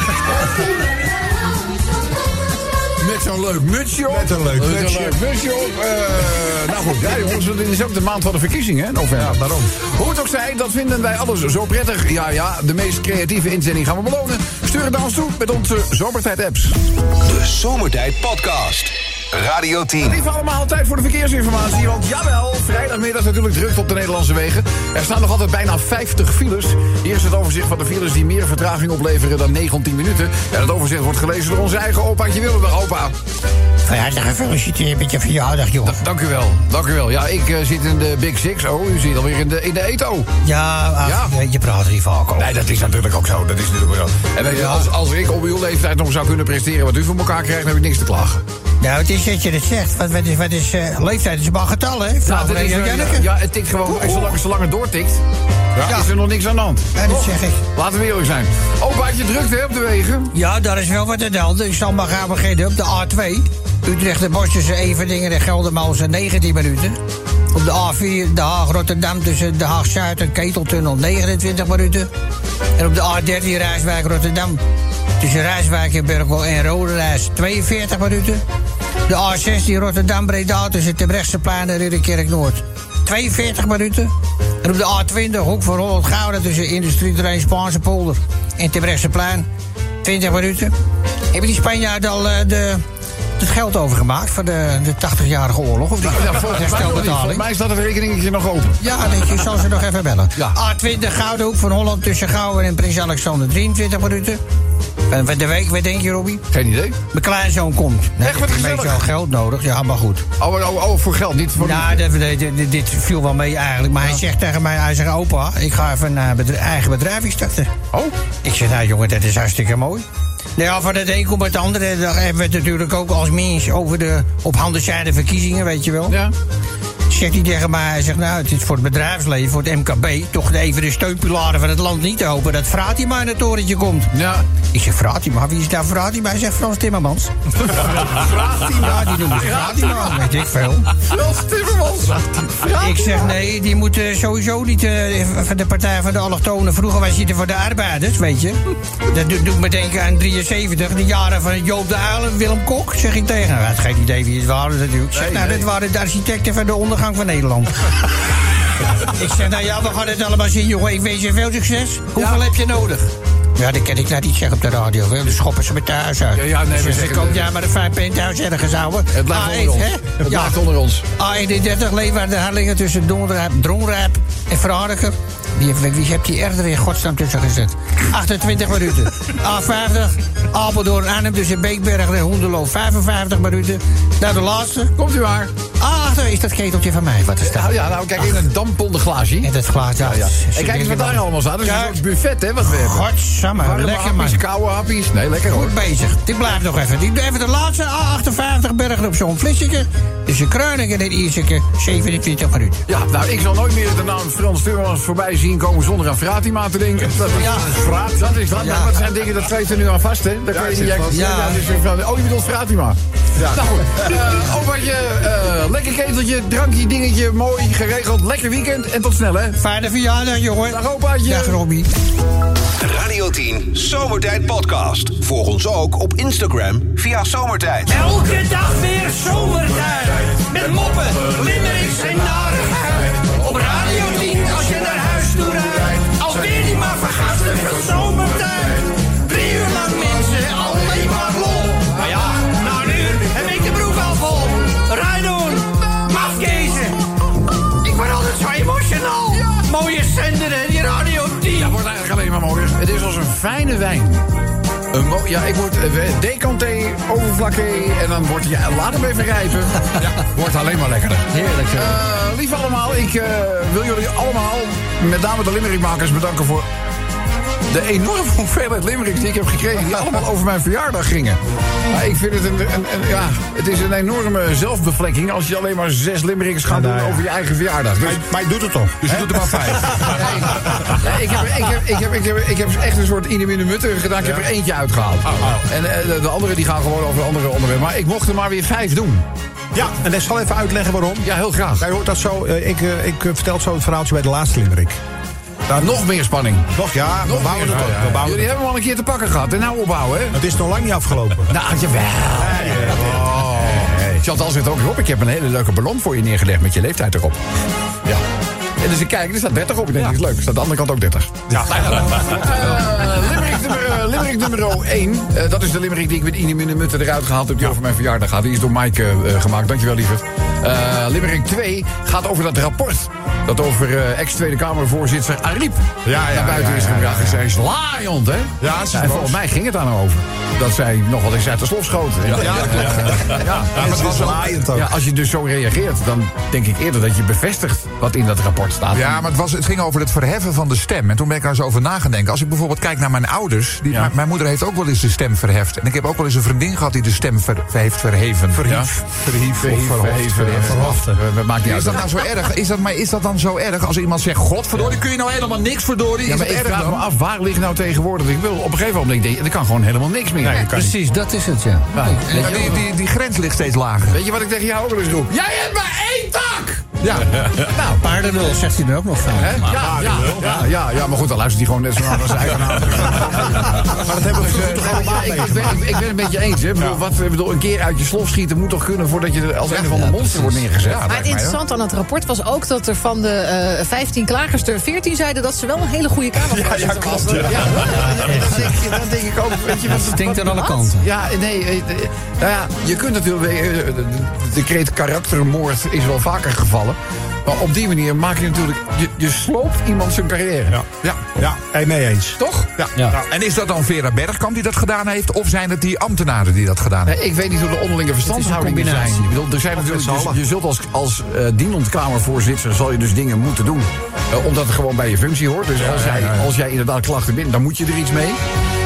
Met zo'n leuk mutsje op. Met een leuk mutsje. Met een leuk mutsje op. Uh, nou goed, ja jongens, het is ook de maand van de verkiezingen, hè? November. Ja, daarom. Hoe het ook zij, dat vinden wij alles zo prettig. Ja, ja, de meest creatieve inzending gaan we belonen. Stuur het naar ons toe met onze Zomertijd-apps. De Zomertijd Podcast. Radio tien. Lief allemaal, tijd voor de verkeersinformatie. Want jawel, vrijdagmiddag natuurlijk druk op de Nederlandse wegen. Er staan nog altijd bijna vijftig files. Hier is het overzicht van de files die meer vertraging opleveren dan negentien minuten. En het overzicht wordt gelezen door onze eigen opaatje Willemdag. Opa. Verjaardag gefeliciteerd met je verjaardag, joh. D- dank u wel, dank u wel. Ja, ik uh, zit in de Big Six. Oh, u zit alweer in de, in de Eto. Ja, ach, ja. je praat er niet vaak over. Nee, dat is natuurlijk ook zo. Dat is natuurlijk zo. En weet je, als, als ik op uw leeftijd nog zou kunnen presteren wat u voor elkaar krijgt, dan heb ik niks te klagen. Nou, het is dat je het zegt. Wat, wat is, wat is uh, leeftijd is maar getal, hè? Nou, dat is, uh, ja, ja, het tikt gewoon. En zolang, zolang het doortikt, ja. is er nog niks aan de hand. Ja, dat zeg ik. Laten we eerlijk zijn. Opaatje drukte hè, op de wegen. Ja, daar is wel wat aan de hand. Ik zal maar gaan beginnen op de A twee. Utrecht de Bosch tussen Everdingen en Geldermalsen negentien minuten. Op de A vier de Haag-Rotterdam tussen de Haag-Zuid en Keteltunnel negenentwintig minuten. En op de A dertien Rijswijk-Rotterdam tussen Rijswijk en Berkel en Roderijs tweeënveertig minuten. De A zestien Rotterdam-Breda tussen Terbrechtseplein en Ridderkerk-Noord tweeënveertig minuten. En op de A twintig Hoek van Holland-Gouda tussen Industrieterrein Spaanse Polder en Terbrechtseplein twintig minuten. Hebben die Spanjaarden al uh, de... het geld overgemaakt voor de, de tachtigjarige oorlog? Of die ja, volgens, mij volgens mij staat het rekeningetje nog open. Ja, denk je, zal ze nog even bellen. Ja. A twintig Gouden Hoek van Holland tussen Gouwen en Prins Alexander drieëntwintig minuten. En van de week, wat denk je, Robbie? Geen idee. Mijn kleinzoon komt. Nee, echt wat gezellig. Een beetje al geld nodig, ja, maar goed. Oh, oh, oh voor geld, niet voor... Nou, dit, dit, dit viel wel mee eigenlijk. Maar ja. hij zegt tegen mij, hij zegt, opa, ik ga even een bedrijf, eigen bedrijf starten. Oh? Ik zeg, nou jongen, dat is hartstikke mooi. Nou ja, van het een komt het andere. Dan hebben we het natuurlijk ook als mens over de op handen zijnde verkiezingen, weet je wel. Ja. Zegt hij tegen mij, hij zegt, nou, het is voor het bedrijfsleven, voor het M K B... toch even de steunpilaren van het land niet te hopen dat Fratima in het torentje komt. Ja. Ik zeg, Fratima, wie is nou Fratima? Hij zegt, Frans Timmermans. Fratima? Ja, die noemen ze Fratima, weet ik veel. Frans Timmermans? Ik zeg, nee, die moet uh, sowieso niet uh, van de Partij van de Allochtonen. Vroeger was hij er voor de arbeiders, weet je. Dat doet, doet me denken aan drieënzeventig, de jaren van Joop de Uyl en Willem Kok, zeg ik tegen. Nou, het geen idee wie het waren natuurlijk. Ik zeg, nou, dat waren de architecten van de ondergang van Nederland. Ik zeg, nou ja, we gaan het allemaal zien, jongen. Ik wens je veel succes. Hoeveel ja. heb je nodig? Ja, dat kan ik nou niet zeggen op de radio. Dan schoppen ze me thuis uit. Ja, ja, nee, dus ik koop ja maar een fijn penthouse ergens houden. Het blijft A één, onder ons. Hè? Het ja. blijft onder ons. A eenendertig, Leeuwarden, Harlingen tussen Dronrijp, Dronrijp en Franeker. Wie, wie heeft die er in godsnaam tussen gezet? achtentwintig minuten. A vijftig, Apeldoorn, Arnhem tussen Beekberg en Hoenderloo. vijfenvijftig minuten. Nou, de laatste. Komt u maar. Ah, achter is dat keteltje van mij. Wat is dat? Ja, ja nou, kijk, in een damponder glaasje. En dat glaas, ja. ja. En kijk eens wat daar allemaal staat. Dat is een soort buffet, hè, wat we hebben. Godsamme, lekker man. Koude happies. Nee, lekker hoor. Goed bezig. Dit blijft nog even. Ik doe even de laatste. A achtenvijftig, Bergen op zo'n Flitseke. Dus een Kruiningen en Ierseke. zevenentwintig minuten. Ja, nou, ik zal nooit meer de naam Frans Timmermans voorbij zien komen zonder aan Fratima te denken. Dat is, ja. Fraat, dat is dat. Ja. Dat zijn dingen, dat kleeft er nu aan vast, hè. Dat ja, kan je niet... Ja. Ja. Ja, oh, je bedoelt Fratima. Ja. Nou goed, uh, overtje, uh, lekker keteltje, drankje, dingetje, mooi, geregeld, lekker weekend en tot snel, hè. Fijne verjaardag, jongen. Dag, opaatje. Dag, Robbie. Radio tien Zomertijd Podcast. Volg ons ook op Instagram via Zomertijd. Elke dag weer zomertijd. Met moppen, limmerings en narigheid. Op Radio tien als je naar huis toe rijdt. Alweer die maar vergasten van zomertijd. Drie uur lang mensen, alleen maar lol. Maar ja, na een uur heb ik de broek al vol. Rijdoen, mafkezen. Ik word altijd zo emotional. Ja. Mooie zender, hè, die Radio tien. Ja, wordt eigenlijk alleen maar mooier. Het is als een fijne wijn. Een mo- ja, ik word uh, decanté, overflaké en dan wordt ja, laat hem even rijpen. Ja, wordt alleen maar lekkerder. Heerlijk. Uh, lief allemaal, ik uh, wil jullie allemaal, met name de limerickmakers, bedanken voor de enorme hoeveelheid limericks die ik heb gekregen, die allemaal over mijn verjaardag gingen. Maar ik vind het een, een, een, ja, het is een enorme zelfbevlekking als je alleen maar zes limericks gaat ja, nou, doen ja. over je eigen verjaardag. Dus, maar, maar je doet het toch? Dus je doet er maar vijf. Nee, nee, ik, heb, ik, heb, ik, heb, ik, heb, ik heb echt een soort ine mine mutter gedaan. Ik heb er eentje uitgehaald. Oh, oh. En uh, de, de andere die gaan gewoon over andere onderwerpen. Maar ik mocht er maar weer vijf doen. Ja, en ik zal even uitleggen waarom. Ja, heel graag. Jij hoort dat zo. Uh, ik, uh, ik uh, vertel zo het verhaaltje bij de laatste limerick. Daar nog meer spanning. Nog, ja, nog we bouwen meer, het op. Ja, ja. We bouwen Jullie hebben hem al een keer te pakken gehad. En nou opbouwen, hè? Het is nog lang niet afgelopen. Nou, jawel. Nee, nee, nee. Oh. Nee. Chantal zit ook erop. Ik heb een hele leuke ballon voor je neergelegd met je leeftijd erop. Ja. En dus ik kijk, er staat dertig op. Ik denk, ja. Dat is leuk. Er staat aan de andere kant ook dertig. Ja. uh, limerick, nummer, uh, limerick nummer één. Uh, dat is de limerick die ik met Ine Mine Mutter eruit gehaald heb. Die ja. over mijn verjaardag gaat. Die is door Mike uh, gemaakt. Dankjewel, lieverd. Uh, limerick twee gaat over dat rapport. Dat over uh, ex-Tweede Kamervoorzitter Ariep ja, ja, naar buiten ja, ja, is gebracht. Ja, ja, ja. Zij is laaiend, hè? Ja, ja, en volgens mij ging het daar nou over. Dat zij nog wel eens uit de slof schoten. Ja, ja, ja, ja, ja. ja. ja maar was laaiend ook. Ja, als je dus zo reageert, dan denk ik eerder dat je bevestigt wat in dat rapport staat. Ja, maar het, was, het ging over het verheffen van de stem. En toen ben ik daar eens over nagedenken. Als ik bijvoorbeeld kijk naar mijn ouders. Die, ja. m- mijn moeder heeft ook wel eens de stem verheft. En ik heb ook wel eens een vriendin gehad die de stem ver, heeft verheven. Verhief. Ja. Verhief. Verhief. Verhief. Maakt niet is dat nou zo erg? Is dat, maar is dat dan zo erg als iemand zegt, godverdorie, kun je nou helemaal niks verdorie? Ja, maar ik vraag me af, waar ligt nou tegenwoordig? Ik wil op een gegeven moment denk ik, er kan gewoon helemaal niks meer. Nee, precies, dat is het, ja. ja. ja die, die, die grens ligt steeds lager. Weet je wat ik tegen jou ook wel eens roep? Jij hebt maar één tak! Ja, nou, paardenlul zegt hij er ook nog van. Hè? Ja, ja, ja, ja, ja, ja, maar goed, dan luistert hij gewoon net zo naar zijn eigen naam. Maar dat hebben we dus, toch allemaal mee. Ik ben, ik ben het met je eens, hè. Ja. Wat, ik bedoel, een keer uit je slof schieten moet toch kunnen voordat je er als ja, een of ander ja, monster wordt neergezet. Ja, maar het interessante aan het rapport was ook dat er van de uh, vijftien klagers er veertien zeiden dat ze wel een hele goede Kamervoorzitter ja, ja, was. Ja, ja, ja, dan, denk je, dan denk ik ook, weet je wat... Het stinkt aan alle kanten. Ja, nee, nou ja, je kunt natuurlijk... De decreet karaktermoord is wel vaker gevallen. Maar op die manier maak je natuurlijk... Je, je sloopt iemand zijn carrière. Ja, ja, ja. Hey, mee eens. Toch? Ja. Ja. Ja. En is dat dan Vera Bergkamp die dat gedaan heeft? Of zijn het die ambtenaren die dat gedaan hebben? Nee, ik weet niet hoe de onderlinge verstandhoudingen zijn. Ik bedoel, er zijn natuurlijk, dus, je zult als, als uh, dienend Kamervoorzitter... zal je dus dingen moeten doen. Uh, omdat het gewoon bij je functie hoort. Dus als, ja, ja, ja, ja. Jij, als jij inderdaad klachten bent, dan moet je er iets mee.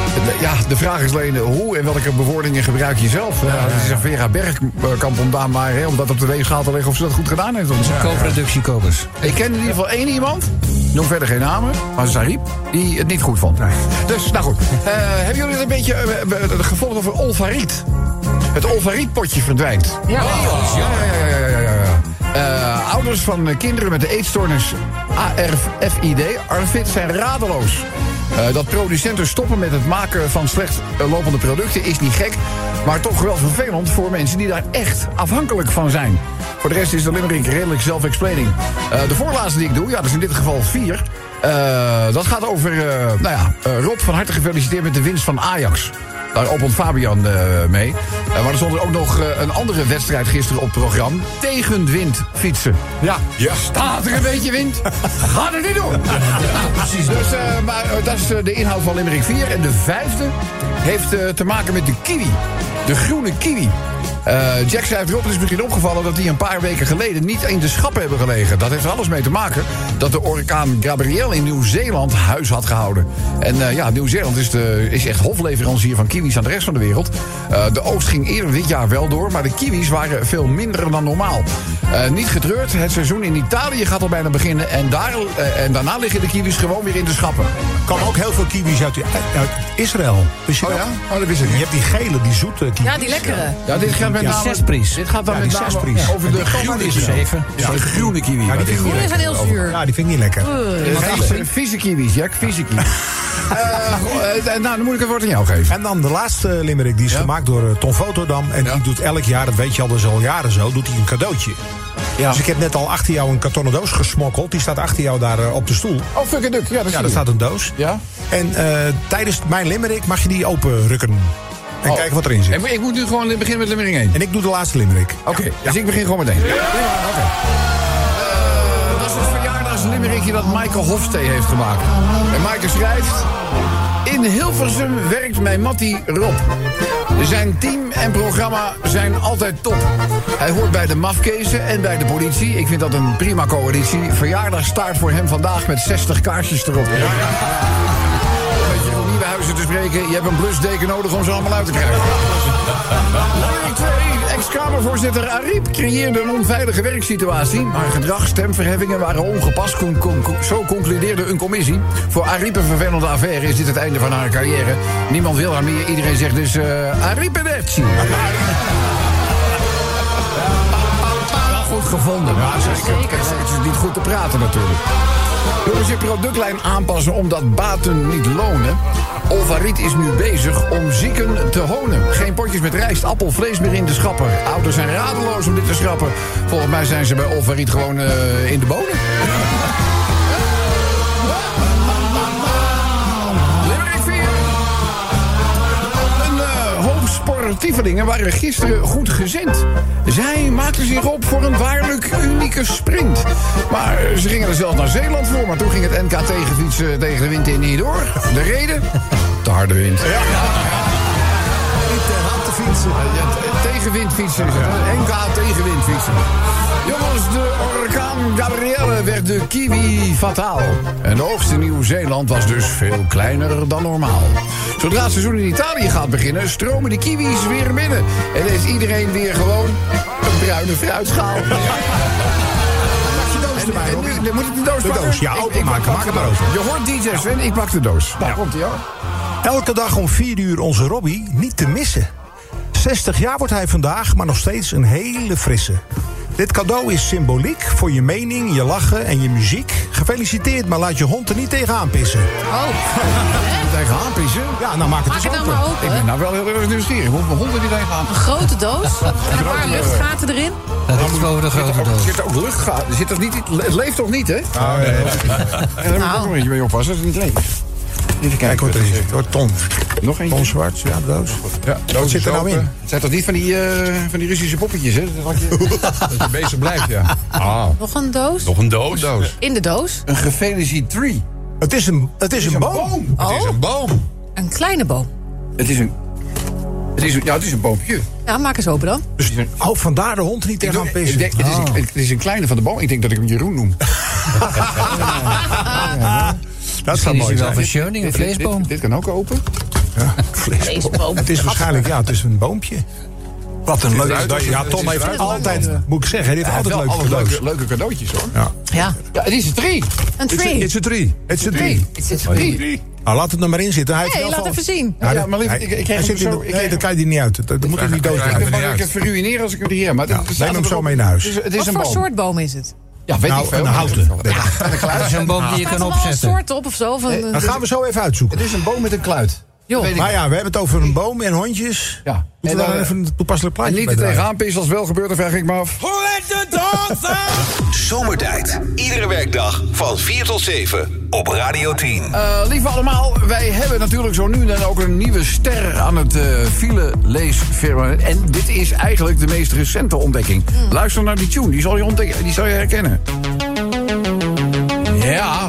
Ja, de vraag is alleen hoe en welke bewoordingen gebruik je zelf. Ja, het is een Vera Bergkamp om daar maar, hè, om dat op de weegschaal te leggen of ze dat goed gedaan heeft. Ja, co-productiekopers. Ik ken in ieder geval één iemand, noem verder geen namen, maar Sarip, die het niet goed vond. Nee. Dus, nou goed. Uh, hebben jullie het een beetje uh, gevolgd over Olvariet? Het Olvariet-potje verdwijnt. Ja. Oh, ja, ja, ja, ja, ja, ja. Uh, ouders van kinderen met de eetstoornis A R F I D, ARFID, zijn radeloos. Uh, dat producenten stoppen met het maken van slecht uh, lopende producten is niet gek, maar toch wel vervelend voor mensen die daar echt afhankelijk van zijn. Voor de rest is de limerick redelijk self-explaining. Uh, de voorlaatste die ik doe, ja, dat is in dit geval vier. Uh, dat gaat over, uh, nou ja, uh, Rob, van harte gefeliciteerd met de winst van Ajax. Daar opent Fabian uh, mee. Uh, maar er stond er ook nog uh, een andere wedstrijd gisteren op het programma. Tegenwind fietsen. Ja, ja. Staat er een beetje wind? Ga er niet door. Ja, precies. Dus, uh, maar uh, dat is uh, de inhoud van limerick vier. En de vijfde heeft uh, te maken met de kiwi. De groene kiwi. Uh, Jack schrijft erop, het is misschien opgevallen dat die een paar weken geleden niet in de schappen hebben gelegen. Dat heeft er alles mee te maken dat de orkaan Gabrielle in Nieuw-Zeeland huis had gehouden. En uh, ja, Nieuw-Zeeland is, de, is echt hofleverancier van kiwis aan de rest van de wereld. Uh, de oogst ging eerder dit jaar wel door, maar de kiwis waren veel minder dan normaal. Uh, niet getreurd, het seizoen in Italië gaat al bijna beginnen en, daar, uh, en daarna liggen de kiwis gewoon weer in de schappen. Er komen ook heel veel kiwis uit, uit Israël. Dus oh ja? Oh, dat wist ik niet. Je hebt die gele, die zoete kiwis. Ja, die lekkere. Ja, dit gaat met name, zespries. Dit gaat dan ja, met name zespries. over de groene kiwi. Zeven. Ja, de groene kiwi. Ja, die de groene zijn heel zuur. Ja, die vind ik niet lekker. Uh, vieze kiwis, Jack. Vieze kiwis. uh, nou, dan moet ik het woord aan jou geven. En dan de laatste limerick, die is ja? gemaakt door uh, Tom Fotodam. En ja? die doet elk jaar, dat weet je al, dat is al jaren zo, doet hij een cadeautje. Ja. Dus ik heb net al achter jou een kartonnen doos gesmokkeld. Die staat achter jou daar uh, op de stoel. Oh, fuck a duck. Ja, dat ja, daar staat een doos. Ja? En uh, tijdens mijn limerick mag je die openrukken. En oh. kijken wat erin zit. En ik moet nu gewoon beginnen met limerick één. En ik doe de laatste limerick. Oké, okay, ja. dus ja. ik begin gewoon meteen. Ja. Ja, okay. uh, dat is het verjaardagslimerickje dat Michael Hofstee heeft gemaakt. En Michael schrijft: in Hilversum werkt mijn mattie Rob. Zijn team en programma zijn altijd top. Hij hoort bij de mafkezen en bij de politie. Ik vind dat een prima coalitie. Verjaardag start voor hem vandaag met zestig kaarsjes erop. Ja, ja, ja. Huizen te spreken. Je hebt een blusdeken nodig om ze allemaal uit te krijgen. Limerick twee. Ex-Kamervoorzitter Ariep creëerde een onveilige werksituatie. Maar gedrag, stemverheffingen waren ongepast. Con- con- con- zo concludeerde een commissie. Voor Ariep een vervelende affaire is dit het einde van haar carrière. Niemand wil haar meer. Iedereen zegt dus uh, Arrivederci. Goed gevonden. Ja, zeker. Het is niet goed te praten natuurlijk. Jongens, je productlijn aanpassen omdat baten niet lonen. Olvariet is nu bezig om zieken te honen. Geen potjes met rijst, appel, vlees meer in de schappen. Ouders zijn radeloos om dit te schrappen. Volgens mij zijn ze bij Olvariet gewoon uh, in de bonen. Limerick vier. Een uh, hoop sportievelingen waren gisteren goed gezind. Zij maakten zich op voor een waarlijk unieke sprint. Maar ze gingen er zelfs naar Zeeland voor. Maar toen ging het N K tegenfietsen tegen de wind in niet door. De reden? Te harde wind. Ja. Niet ter hand te fietsen. Ja, tegenwind fietsen is het. N K tegenwind fietsen. Jongens, de orkaan Gabrielle werd de kiwi fataal. En de oogst in Nieuw-Zeeland was dus veel kleiner dan normaal. Zodra het seizoen in Italië gaat beginnen, stromen de kiwis weer binnen. En heeft iedereen weer gewoon een bruine fruitschaal. Ja. En, en nu, nu moet ik de doos de pakken? Doos, ja, openmaken. Maak het maar open. Je hoort D J Sven, ik pak de doos. Daar ja. komt hij hoor. Elke dag om vier uur onze Robbie niet te missen. zestig jaar wordt hij vandaag, maar nog steeds een hele frisse. Dit cadeau is symboliek voor je mening, je lachen en je muziek. Gefeliciteerd, maar laat je hond er niet tegenaan pissen. Oh. Tegenaan pissen? Ja, nou maak het maak eens het open. nou maar open. Ik ben nou wel heel erg nieuwsgierig. Moet mijn hond er niet tegenaan? Een grote doos? En een paar luchtgaten erin? Dat is gewoon de grote doos. Er zit ook luchtgaten. Zit toch niet, het leeft toch niet, hè? Oh, nee. En daar moet ik ook een beetje mee oppassen als het niet leeft. Even kijken wat er is. Door Ton. Nog eentje. Ton Zwart, ja, de doos. Ja, wat zit er nou in? Het zijn toch niet van die, uh, van die Russische poppetjes, hè? Dat je, dat je bezig blijft, ja. Ah. Nog een doos? Nog een doos? doos. In de doos? Een gefeliciteerd. Het is een, het is het is een een boom. boom. Oh. Het is een boom. Een kleine boom. Het is een... Het is een, ja, het is een boompje. Ja, maak eens open dan. Dus, oh, vandaar de hond niet tegenaan pissen. Het, oh. het, het is een kleine van de boom. Ik denk dat ik hem Jeroen noem. Dat zou mooi zijn. Wel van Schöning, een vleesboom. Dit, dit, dit kan ook open. Ja. Vleesboom. Het is waarschijnlijk, ja, het is een boompje. Wat een leuk cadeau. Ja, Tom heeft altijd, moet ik zeggen, hij heeft altijd leuke cadeaus. Leuke, leuke cadeautjes, hoor. Ja. Ja. Ja, het is een tree. Een tree. It's a tree. Het is een drie. Het is een tree. Nou, laat het er maar in zitten. Hij heeft Nee, wel laat van- even zien. Ja, ja, maar lief, hij, ik, ik, ik hij krijg zit hem in zo... de, ik nee, krijg- dat kan je er niet uit. Dat, dat moet ik niet ik doodkrijgen. vind het het verruineren als ik hem hier heb. Maar het- Ja, het staat neem hem erop. zo mee naar huis. Het is, het is Wat een voor boom. soort boom is het? Ja, weet ik Nou, veel. een houten. Dat is een boom die je Staat kan er wel een opzetten. soort op of zo? Van, Dat gaan we zo even uitzoeken. Het is een boom met een kluit. Joh. Weet ik. Maar ja, we hebben het over een boom en hondjes. Ja. Moeten we En, daar eh, even een toepasselijk En plaatje niet bij er draaien? tegenaan pissen als wel gebeurt, dan vraag ik me af. Zomertijd. Iedere werkdag van vier tot zeven op Radio tien. Uh, lieve allemaal, wij hebben natuurlijk zo nu dan ook een nieuwe ster aan het uh, file-leesfirmament. En dit is eigenlijk de meest recente ontdekking. Hmm. Luister naar die tune, die zal je, ontdekken, die zal je herkennen. Ja.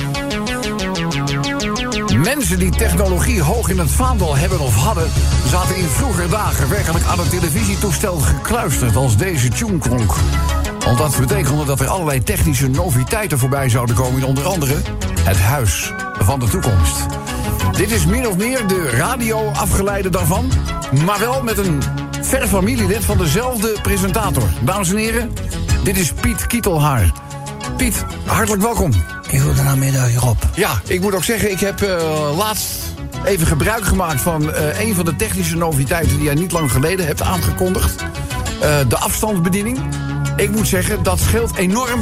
Mensen die technologie hoog in het vaandel hebben of hadden, zaten in vroeger dagen werkelijk aan het televisietoestel gekluisterd als deze tune klonk. Want dat betekende dat er allerlei technische noviteiten voorbij zouden komen, in onder andere het huis van de toekomst. Dit is min of meer de radio-afgeleide daarvan, maar wel met een ver familielid van dezelfde presentator. Dames en heren, dit is Piet Kietelhaar. Piet, hartelijk welkom. Goedemiddag, Rob. Ja, ik moet ook zeggen, ik heb uh, laatst even gebruik gemaakt van uh, een van de technische noviteiten die jij niet lang geleden hebt aangekondigd. Uh, de afstandsbediening. Ik moet zeggen, dat scheelt enorm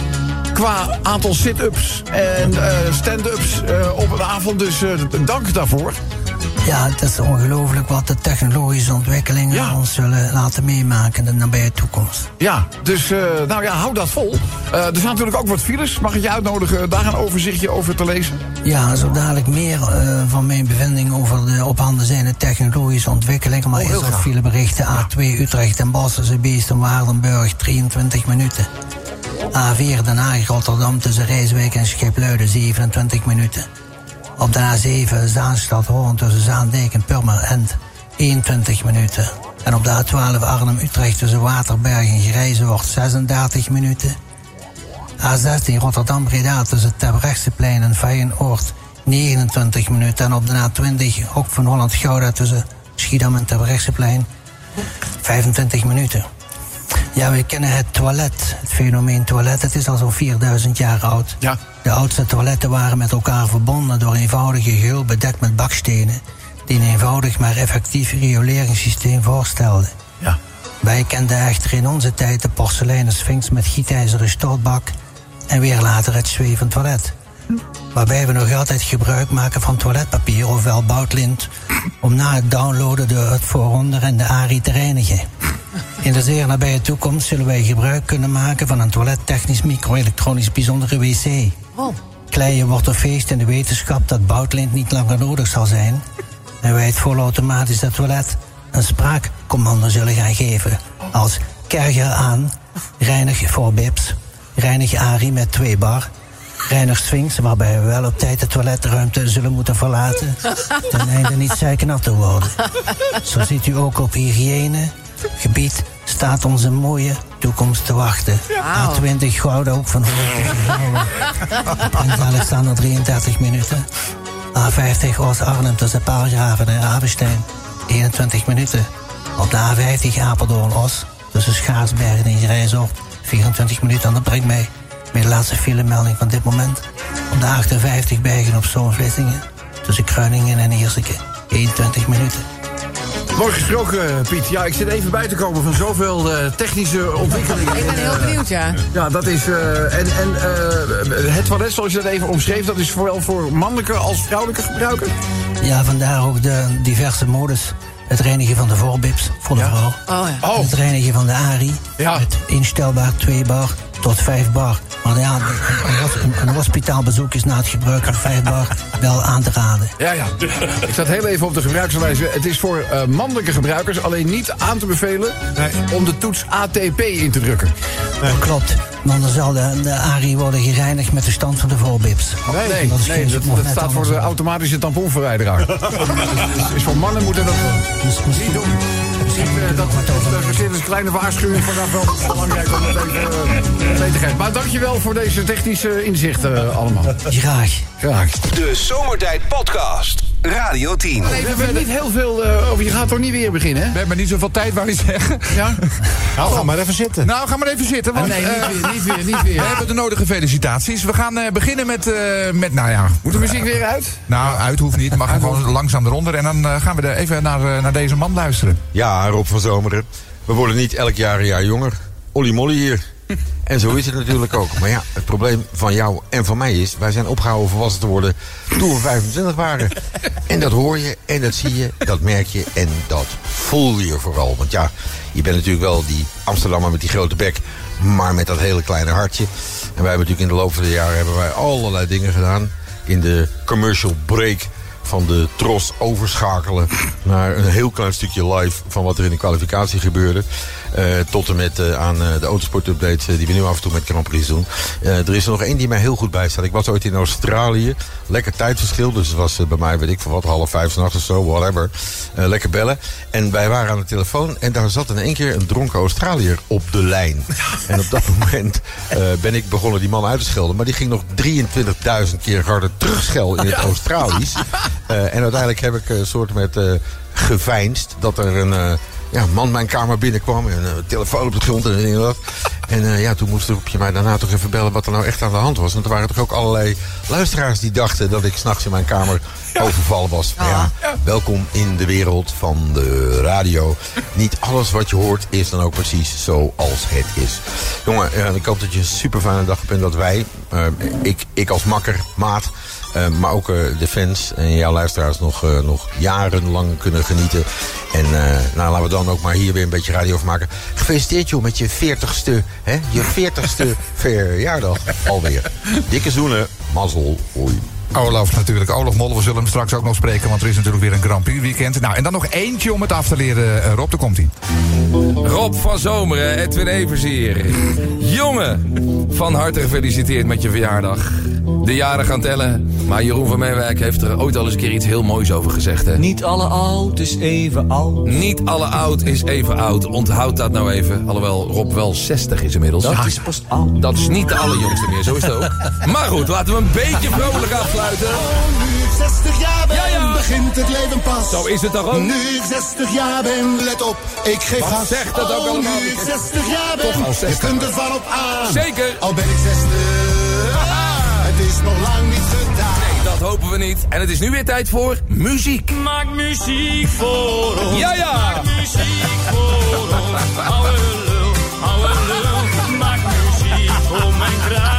qua aantal sit-ups en uh, stand-ups uh, op een avond. Dus uh, dank daarvoor. Ja, het is ongelooflijk wat de technologische ontwikkelingen Ja. ons zullen laten meemaken in de nabije toekomst. Ja, dus uh, nou ja, hou dat vol. Uh, er zijn natuurlijk ook wat files. Mag ik je uitnodigen daar een overzichtje over te lezen? Ja, zo dadelijk meer uh, van mijn bevinding over de op handen zijnde technologische ontwikkelingen. Maar Oh, heel eerst al graag. fileberichten. A twee Utrecht en Bosch, Zeebeest en Waardenburg, drieëntwintig minuten. A vier Den Haag, Rotterdam tussen Rijswijk en Schipluiden, zevenentwintig minuten. Op de A zeven Zaanstad, Hoorn tussen Zaandijk en Purmerend, eenentwintig minuten. En op de A twaalf Arnhem-Utrecht tussen Waterberg en Grijzoord, zesendertig minuten. A zestien Rotterdam-Breda tussen Terbrechtseplein en Feyenoord, negenentwintig minuten. En op de A twintig Hoek van Holland-Gouda tussen Schiedam en Terbrechtseplein, vijfentwintig minuten. Ja, we kennen het toilet, het fenomeen toilet. Het is al zo'n vierduizend jaar oud. Ja. De oudste toiletten waren met elkaar verbonden door eenvoudige geul bedekt met bakstenen, die een eenvoudig maar effectief rioleringssysteem voorstelden. Ja. Wij kenden echter in onze tijd de porseleinen sphinx met gietijzeren stootbak en weer later het zwevend toilet. Waarbij we nog altijd gebruik maken van toiletpapier, ofwel boutlint, om na het downloaden de het vooronder en de arie te reinigen. In de zeer nabije toekomst zullen wij gebruik kunnen maken van een toilettechnisch micro-elektronisch bijzondere wc. Oh. Kleien wordt er feest in de wetenschap dat boutlint niet langer nodig zal zijn en wij het volautomatische toilet een spraakcommando zullen gaan geven als kerger aan, reinig voor bips, reinig arie met twee bar, reinig sphinx, waarbij we wel op tijd de toiletruimte zullen moeten verlaten ten einde niet zeiknat te worden. Zo ziet u ook op hygiëne gebied staat onze mooie toekomst te wachten. A twintig Gouda ook van Prins Alexander drieëndertig minuten. A vijftig Oost-Arnhem tussen Paalgraven en Ravenstein, eenentwintig minuten. Op de A vijftig Apeldoorn-Os tussen Schaarsbergen en Grijzoord, vierentwintig minuten. En dat brengt mij bij de laatste filemelding van dit moment. Op de achtenvijftig Bergen op Zoom-Vlissingen tussen Kruiningen en Ierseke, eenentwintig minuten. Mooi gesproken, Piet. Ja, ik zit even bij te komen van zoveel uh, technische ontwikkelingen. Ik ben heel benieuwd, ja. Ja, dat is... Uh, en en uh, het toilet, zoals je dat even omschreef, dat is zowel voor mannelijke als vrouwelijke gebruiker? Ja, vandaar ook de diverse modus. Het reinigen van de voorbips voor de Ja. vrouw. Oh, ja. Oh. Het reinigen van de arie. Ja. Het instelbaar twee bar tot vijf bar. Maar ja, een, een, een hospitaalbezoek is na het gebruik van vijf bar wel aan te raden. Ja, ja. Ik zat heel even op de gebruiksaanwijzing. Het is voor uh, mannelijke gebruikers alleen niet aan te bevelen Nee. om de toets A T P in te drukken. Dat klopt. Want dan zal de, de arie worden gereinigd met de stand van de voorbips. Nee, nee, Dat is nee, geen- dat, nog dat net staat voor de andersom. automatische tamponverwijderaar. dus, dus voor mannen moeten dat Dus misschien, niet doen. Misschien, uh, dat dat is een kleine waarschuwing vanaf wel belangrijk om het even uh, mee te geven. Maar dankjewel voor deze technische inzichten uh, allemaal. graag. Graag. De Zomertijd Podcast. Radio tien. Nee, we hebben niet heel veel uh, over. Je gaat toch niet weer beginnen, hè? We hebben niet zoveel tijd, wou je zeggen. Ja? Nou, ga maar even zitten. Nou, ga maar even zitten. Want, nee, niet uh, weer, niet weer, niet weer. We hebben de nodige felicitaties. We gaan uh, beginnen met, uh, met, nou ja... Moet de muziek weer uit? Nou, uit hoeft niet. Mag gewoon langzaam eronder. En dan uh, gaan we er even naar, uh, naar deze man luisteren. Ja, Rob van Zomeren. We worden niet elk jaar een jaar jonger. Olly Molly hier. En zo is het natuurlijk ook. Maar ja, het probleem van jou en van mij is... wij zijn opgehouden volwassen te worden toen we vijfentwintig waren. En dat hoor je, en dat zie je, dat merk je en dat voel je vooral. Want ja, je bent natuurlijk wel die Amsterdammer met die grote bek... maar met dat hele kleine hartje. En wij hebben natuurlijk in de loop van de jaren... hebben wij allerlei dingen gedaan. In de commercial break... van de tros overschakelen naar een heel klein stukje live... van wat er in de kwalificatie gebeurde. Uh, tot en met uh, aan uh, de autosport-updates uh, die we nu af en toe met Grand Prix doen. Uh, er is er nog één die mij heel goed bijstaat. Ik was ooit in Australië. Lekker tijdverschil, dus het was uh, bij mij, weet ik van wat, half vijf 's nachts of zo, whatever. Uh, lekker bellen. En wij waren aan de telefoon en daar zat in één keer een dronken Australiër op de lijn. En op dat moment uh, ben ik begonnen die man uit te schelden. Maar die ging nog drieëntwintigduizend keer harder terugschelden in het Australisch. Uh, en uiteindelijk heb ik een soort met uh, geveinsd dat er een... Uh, Ja, man mijn kamer binnenkwam en uh, telefoon op de grond en dat. En uh, ja, toen moest je mij daarna toch even bellen wat er nou echt aan de hand was. Want er waren toch ook allerlei luisteraars die dachten dat ik 's nachts in mijn kamer overvallen was. Maar ja, welkom in de wereld van de radio. Niet alles wat je hoort is dan ook precies zoals het is. Jongen, uh, ik hoop dat je een super fijne dag hebt en dat wij, uh, ik, ik als makker, maat... Uh, maar ook uh, de fans en jouw luisteraars nog, uh, nog jarenlang kunnen genieten. En uh, nou, laten we dan ook maar hier weer een beetje radio van maken. Gefeliciteerd joh met je veertigste, hè? Je veertigste verjaardag alweer. Dikke zoenen, mazzel, hoi. Olaf natuurlijk, Olaf Mol. We zullen hem straks ook nog spreken, want er is natuurlijk weer een Grand Prix weekend. Nou, en dan nog eentje om het af te leren. Uh, Rob, daar komt hij. Rob van Zomeren, Edwin Evers hier. Jongen, van harte gefeliciteerd met je verjaardag. De jaren gaan tellen, maar Jeroen van Meerwijk heeft er ooit al eens een keer iets heel moois over gezegd, hè? Niet alle oud is even oud. Niet alle oud is even oud. Onthoud dat nou even. Alhoewel Rob wel zestig is inmiddels. Dat ja, is pas oud. Dat is niet de allerjongste meer, zo is het ook. Maar goed, laten we een beetje vrolijk afsluiten. Oh, nu ik zestig jaar ben, ja, ja. begint het leven pas. Zo is het toch ook? Nu ik zestig jaar ben, let op, ik geef Wat gas. zegt dat ook oh, allemaal? Nu ik zestig jaar ben, toch al zestig. je kunt er van op aan. Zeker. Al ben ik zestig, ah, het is nog lang niet gedaan. Nee, dat hopen we niet. En het is nu weer tijd voor muziek. Maak muziek voor ons. Ja, ja. Maak muziek voor ons. Oude lul, oude lul. Maak muziek voor mijn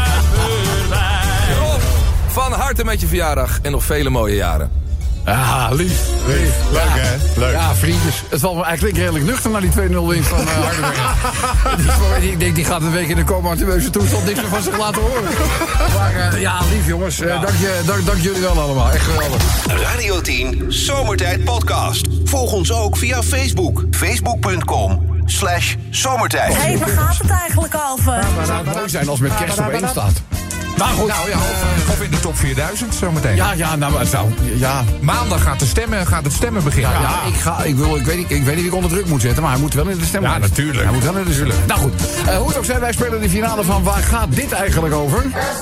kruiperwijn. Rob, van harte met je verjaardag en nog vele mooie jaren. Ah, lief. lief. Leuk, ja. hè? Leuk. Ja, vriendjes. Het valt me eigenlijk redelijk nuchter naar die twee nul winst van uh, Hardenberg. Ik denk, die gaat een week in de comateuse toestand niks meer van zich laten horen. Maar uh, ja, lief jongens. Uh, dank, je, dank, dank jullie wel allemaal. Echt geweldig. Radio tien Zomertijd Podcast. Volg ons ook via Facebook. Facebook.com slash zomertijd. Hé, hey, waar gaat het eigenlijk over? Ja, maar zou het mooi zijn als met kerst op één staat. Nou goed, nou, ja, of, of in de top vierduizend zometeen. Ja, ja, nou, maar het zou, ja. Maandag gaat, de stemmen, gaat het stemmen beginnen. Ja, ja, ik, ga, ik, wil, ik, weet, ik, ik weet niet wie ik onder druk moet zetten, maar hij moet wel in de stemmen. Ja, natuurlijk. Hij moet wel in de zullen. Nou goed, uh, hoe het ook zijn, wij spelen de finale van waar gaat dit eigenlijk over?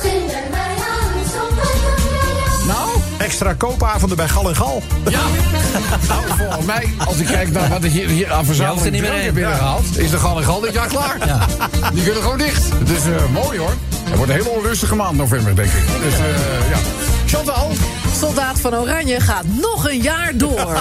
Nou? Extra koopavonden bij Gal en Gal. Ja. Nou, volgens mij, als ik kijk naar wat ik hier, hier aan verzameling drank heb binnengehaald, is de Gal en Gal dit jaar klaar. Ja. Die kunnen gewoon dicht. Het is uh, mooi hoor. Het wordt een hele onrustige maand november, denk ik. Dus uh, ja. Chantal. Soldaat van Oranje gaat nog een jaar door.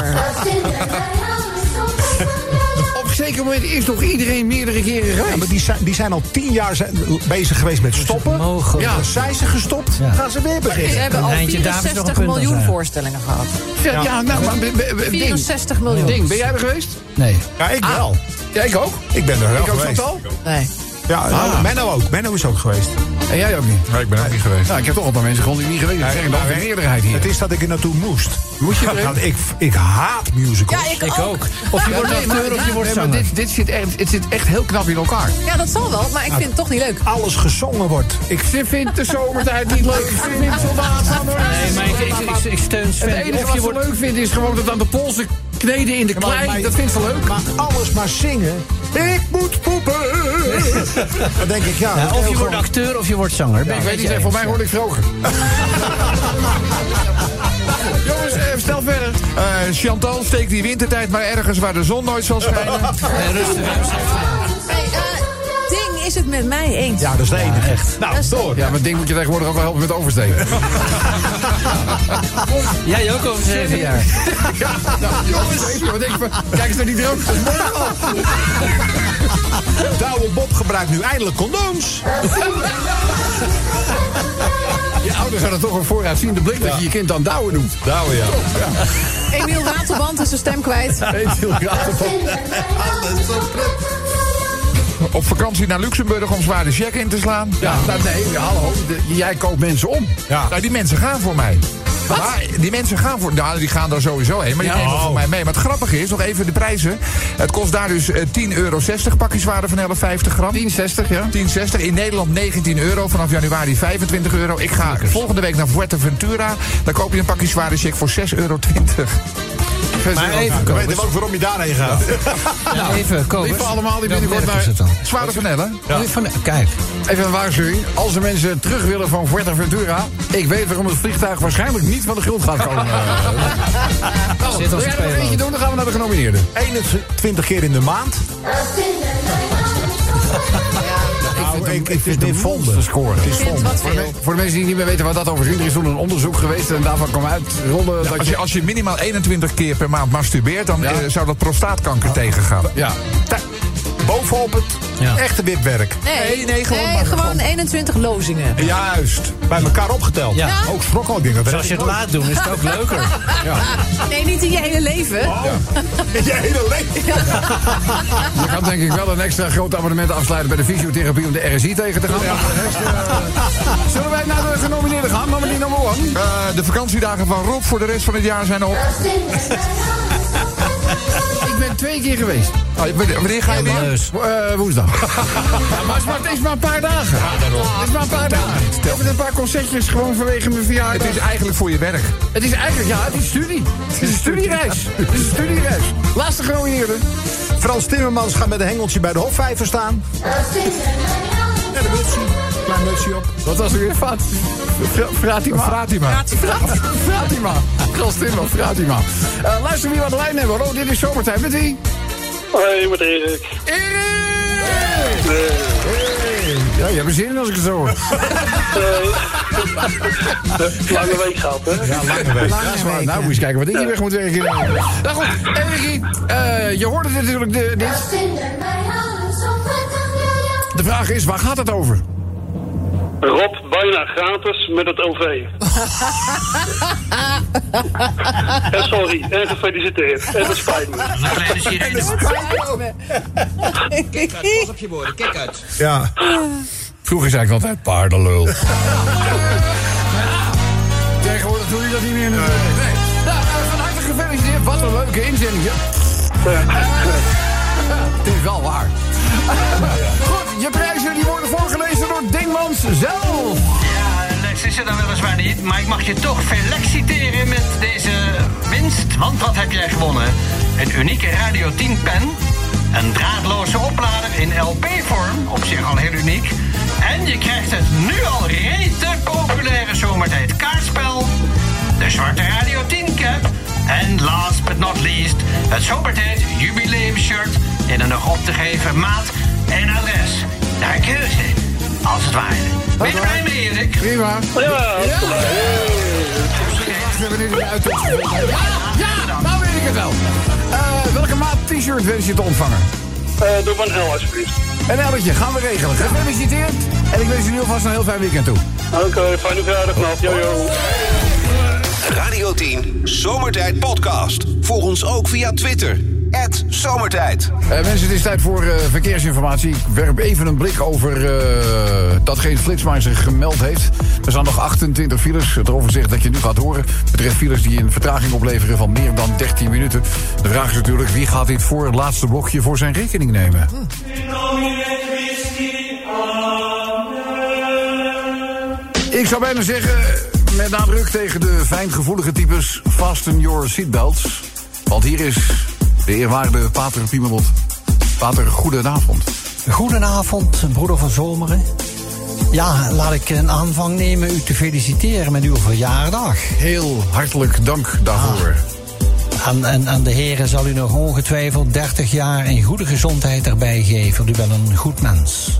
Op een zeker moment is toch iedereen meerdere keren geweest. Ja, maar die zijn, die zijn al tien jaar zijn bezig geweest met stoppen. Ja, zijn ze gestopt, ja. gaan ze weer beginnen. Ze hebben al vierenzestig miljoen voorstellingen gehad. Ja, ja nou, maar... vierenzestig miljoen. Ding, ben jij er geweest? Nee. Ja, ik wel. Ah. Ja, ik ook. Ik ben er wel ik geweest. Ook, nee. Ja, ah. Menno ook. Menno is ook geweest. En jij ook niet? Nee, ik ben ook niet geweest. Nou, ik heb toch al een paar mensen gewoon die niet geweest zijn. Dan de meerderheid hier. Het is dat ik er naartoe moest. Moest je erin? Nou, ik, ik haat musicals. Ja, ik, ik ook. ook. Of je ja, wordt nee, acteur maar, of je ja, wordt nee, zanger. maar dit, dit zit echt, het zit echt heel knap in elkaar. Ja, dat zal wel, maar ik vind het toch niet leuk. Alles gezongen wordt. Ik vind de zomertijd niet leuk. Ik vind soldaat van Nee, maar ik, ik, ik, ik steun Sven. Het enige of je wat wordt ik leuk vind is gewoon dat aan de polsen kneden in de klei. Ja, dat vind ik wel leuk. Maar alles maar zingen. Ik moet poepen. Dan denk ik, ja. ja of je wordt acteur of je wordt zanger. Ja, ik weet niet, voor mij hoor ik vroeger. Jongens, eh, stel verder. Uh, Chantal, steek die wintertijd maar ergens waar de zon nooit zal schijnen. Nee, rustig. Hey, uh, Ding is het met mij eens. Ja, dat is de enige. Echt. Nou, door. Ja, maar Ding moet je tegenwoordig ook wel helpen met oversteken. Jij ook over zeven jaar. Ja, nou, die oversteken, wat denk je van, kijk eens naar die droog. Dat is mooi al. Douwe Bob gebruikt nu eindelijk condooms. Je ouders hadden toch een vooruitziende blik dat je je kind dan douwen doet. Douwe, ja. ja. Emiel Ratelband is zijn stem kwijt. Emiel Ratelband. Op vakantie naar Luxemburg om zware check in te slaan. Ja, nou, nee, ja, hallo. De, jij koopt mensen om. Ja. Nou, die mensen gaan voor mij. Wat? Maar die mensen gaan voor... Nou, die gaan daar sowieso heen, maar die Ja. nemen Oh. voor mij mee. Maar het grappige is, nog even de prijzen. Het kost daar dus uh, tien euro zestig pakjes waren van elf vijftig gram. tien zestig, ja. tien zestig. In Nederland negentien euro. Vanaf januari vijfentwintig euro. Ik ga volgende week naar Fuerteventura. Dan koop je een pakje zware check voor zes euro twintig. Maar even, we weten ook waarom je daarheen gaat. Ja, even, Kobus. Lieve allemaal die binnenkort Welk naar... merk is het dan? Zware vanellen. Ja. Van, kijk. Even een waarschuwing. Als de mensen terug willen van Fuerteventura... ik weet waarom het vliegtuig waarschijnlijk niet van de grond gaat komen. Nou, Zit wil als jij een er nog eentje doen? Dan gaan we naar de genomineerden. eenentwintig keer in de maand. Nou, ik, ik vind dit vonden. Scoren. Ik vind het wat Voor de, veel. voor de mensen die niet meer weten wat dat over is... er is toen een onderzoek geweest en daarvan kwam uitrollen... Ja, dat als, je, als je minimaal eenentwintig keer per maand masturbeert... dan Ja. uh, zou dat prostaatkanker tegengaan. Ja. Ta- bovenop het Ja. echte wipwerk. Nee, Nee, nee, gewoon nee, maar- gewoon eenentwintig lozingen. Juist. Bij elkaar opgeteld. Ja. Ook sprokkel. Ik denk dat Dus als je het laat doen, is het ook leuker. Nee, niet in je hele leven. in je hele leven. Je kan denk ik wel een extra groot abonnement afsluiten... bij de fysiotherapie om de R S I tegen te gaan. Ja. De rest, uh, zullen wij naar de genomineerden gaan? Nominee number one. Uh, de vakantiedagen van Rob voor de rest van het jaar zijn op. Ik ben twee keer geweest. Oh, wanneer, wanneer ga je weer? Neus. Uh, woensdag. Ja, maar het is maar, het is maar een paar dagen. Het is maar een paar dagen. Even een paar concertjes gewoon vanwege mijn verjaardag. Het is eigenlijk voor je werk. Het is eigenlijk, ja, het is studie. Het is een studiereis. Het is een studiereis. Laatste genomineerde. Frans Timmermans gaat met een hengeltje bij de Hofvijver staan. En een mutsje. Klein mutsje op. Wat was er weer? Fat? Fratima. Fratima. Fratima. Frans Timmermans, Fratima. Uh, luister wie we aan de lijn hebben. Oh, dit is zomertijd. Met wie? Hoi, met Erik. Erik! Hey. Ja, je hebt er zin in als ik het zo hoor. Lange week gehad, hè? Ja, lange week. Ja, dat is waar. Nou, moet je eens kijken wat ik hier weg moet werken. Nou goed, Erikie, uh, je hoorde dit natuurlijk de, dit. De vraag is, waar gaat het over? Rob, bijna gratis met het O V. En sorry, en gefeliciteerd. En het spijt me. Een kleine sirene. Kijk uit, pas op je woorden, kijk uit. Ja. Vroeger zei ik altijd paardenlul. Tegenwoordig doe je dat niet meer. Nee. nee. Nou, uh, van harte gefeliciteerd. Wat een leuke inzending. Uh, het is wel waar. Goed, je prijzen die worden voorgelezen door Dingmans zelf. Ja, Lex is er dan weliswaar niet, maar ik mag je toch feliciteren met deze winst. Want wat heb jij gewonnen? Een unieke Radio tien pen, een draadloze oplader in L P-vorm, op zich al heel uniek. En je krijgt het nu al rete populaire zomertijd kaartspel, de zwarte Radio tien cap en last but not least het zomertijd jubileumshirt in een nog op te geven maat en adres. Naar keuze, als het ware. Ben je er blij mee, Erik? Prima. Ja, Ja, ja, nou weet ik het wel. Uh, welke maat t-shirt wens je te ontvangen? Uh, doe maar een L alsjeblieft. Een L'tje, gaan we regelen. Gefeliciteerd. En ik wens je nu alvast een heel fijn weekend toe. Oké, okay, fijne verjaardag nog. Jojo. Radio tien Zomertijd Podcast. Volg ons ook via Twitter. at Zomertijd. Uh, mensen, het is tijd voor uh, verkeersinformatie. Ik werp even een blik over uh, datgene Flitsmeister gemeld heeft. Er staan nog achtentwintig files. Het overzicht dat je nu gaat horen betreft files die een vertraging opleveren van meer dan dertien minuten. De vraag is natuurlijk, wie gaat dit voor het laatste blokje voor zijn rekening nemen? Hm. Ik zou bijna zeggen, met nadruk tegen de fijngevoelige types, fasten your seatbelts. Want hier is de eerwaarde Pater Piemelot. Pater, goedenavond. Goedenavond, broeder van Zomeren. Ja, laat ik een aanvang nemen u te feliciteren met uw verjaardag. Heel hartelijk dank daarvoor. Ah. En, en, en de heren zal u nog ongetwijfeld dertig jaar in goede gezondheid erbij geven. U bent een goed mens.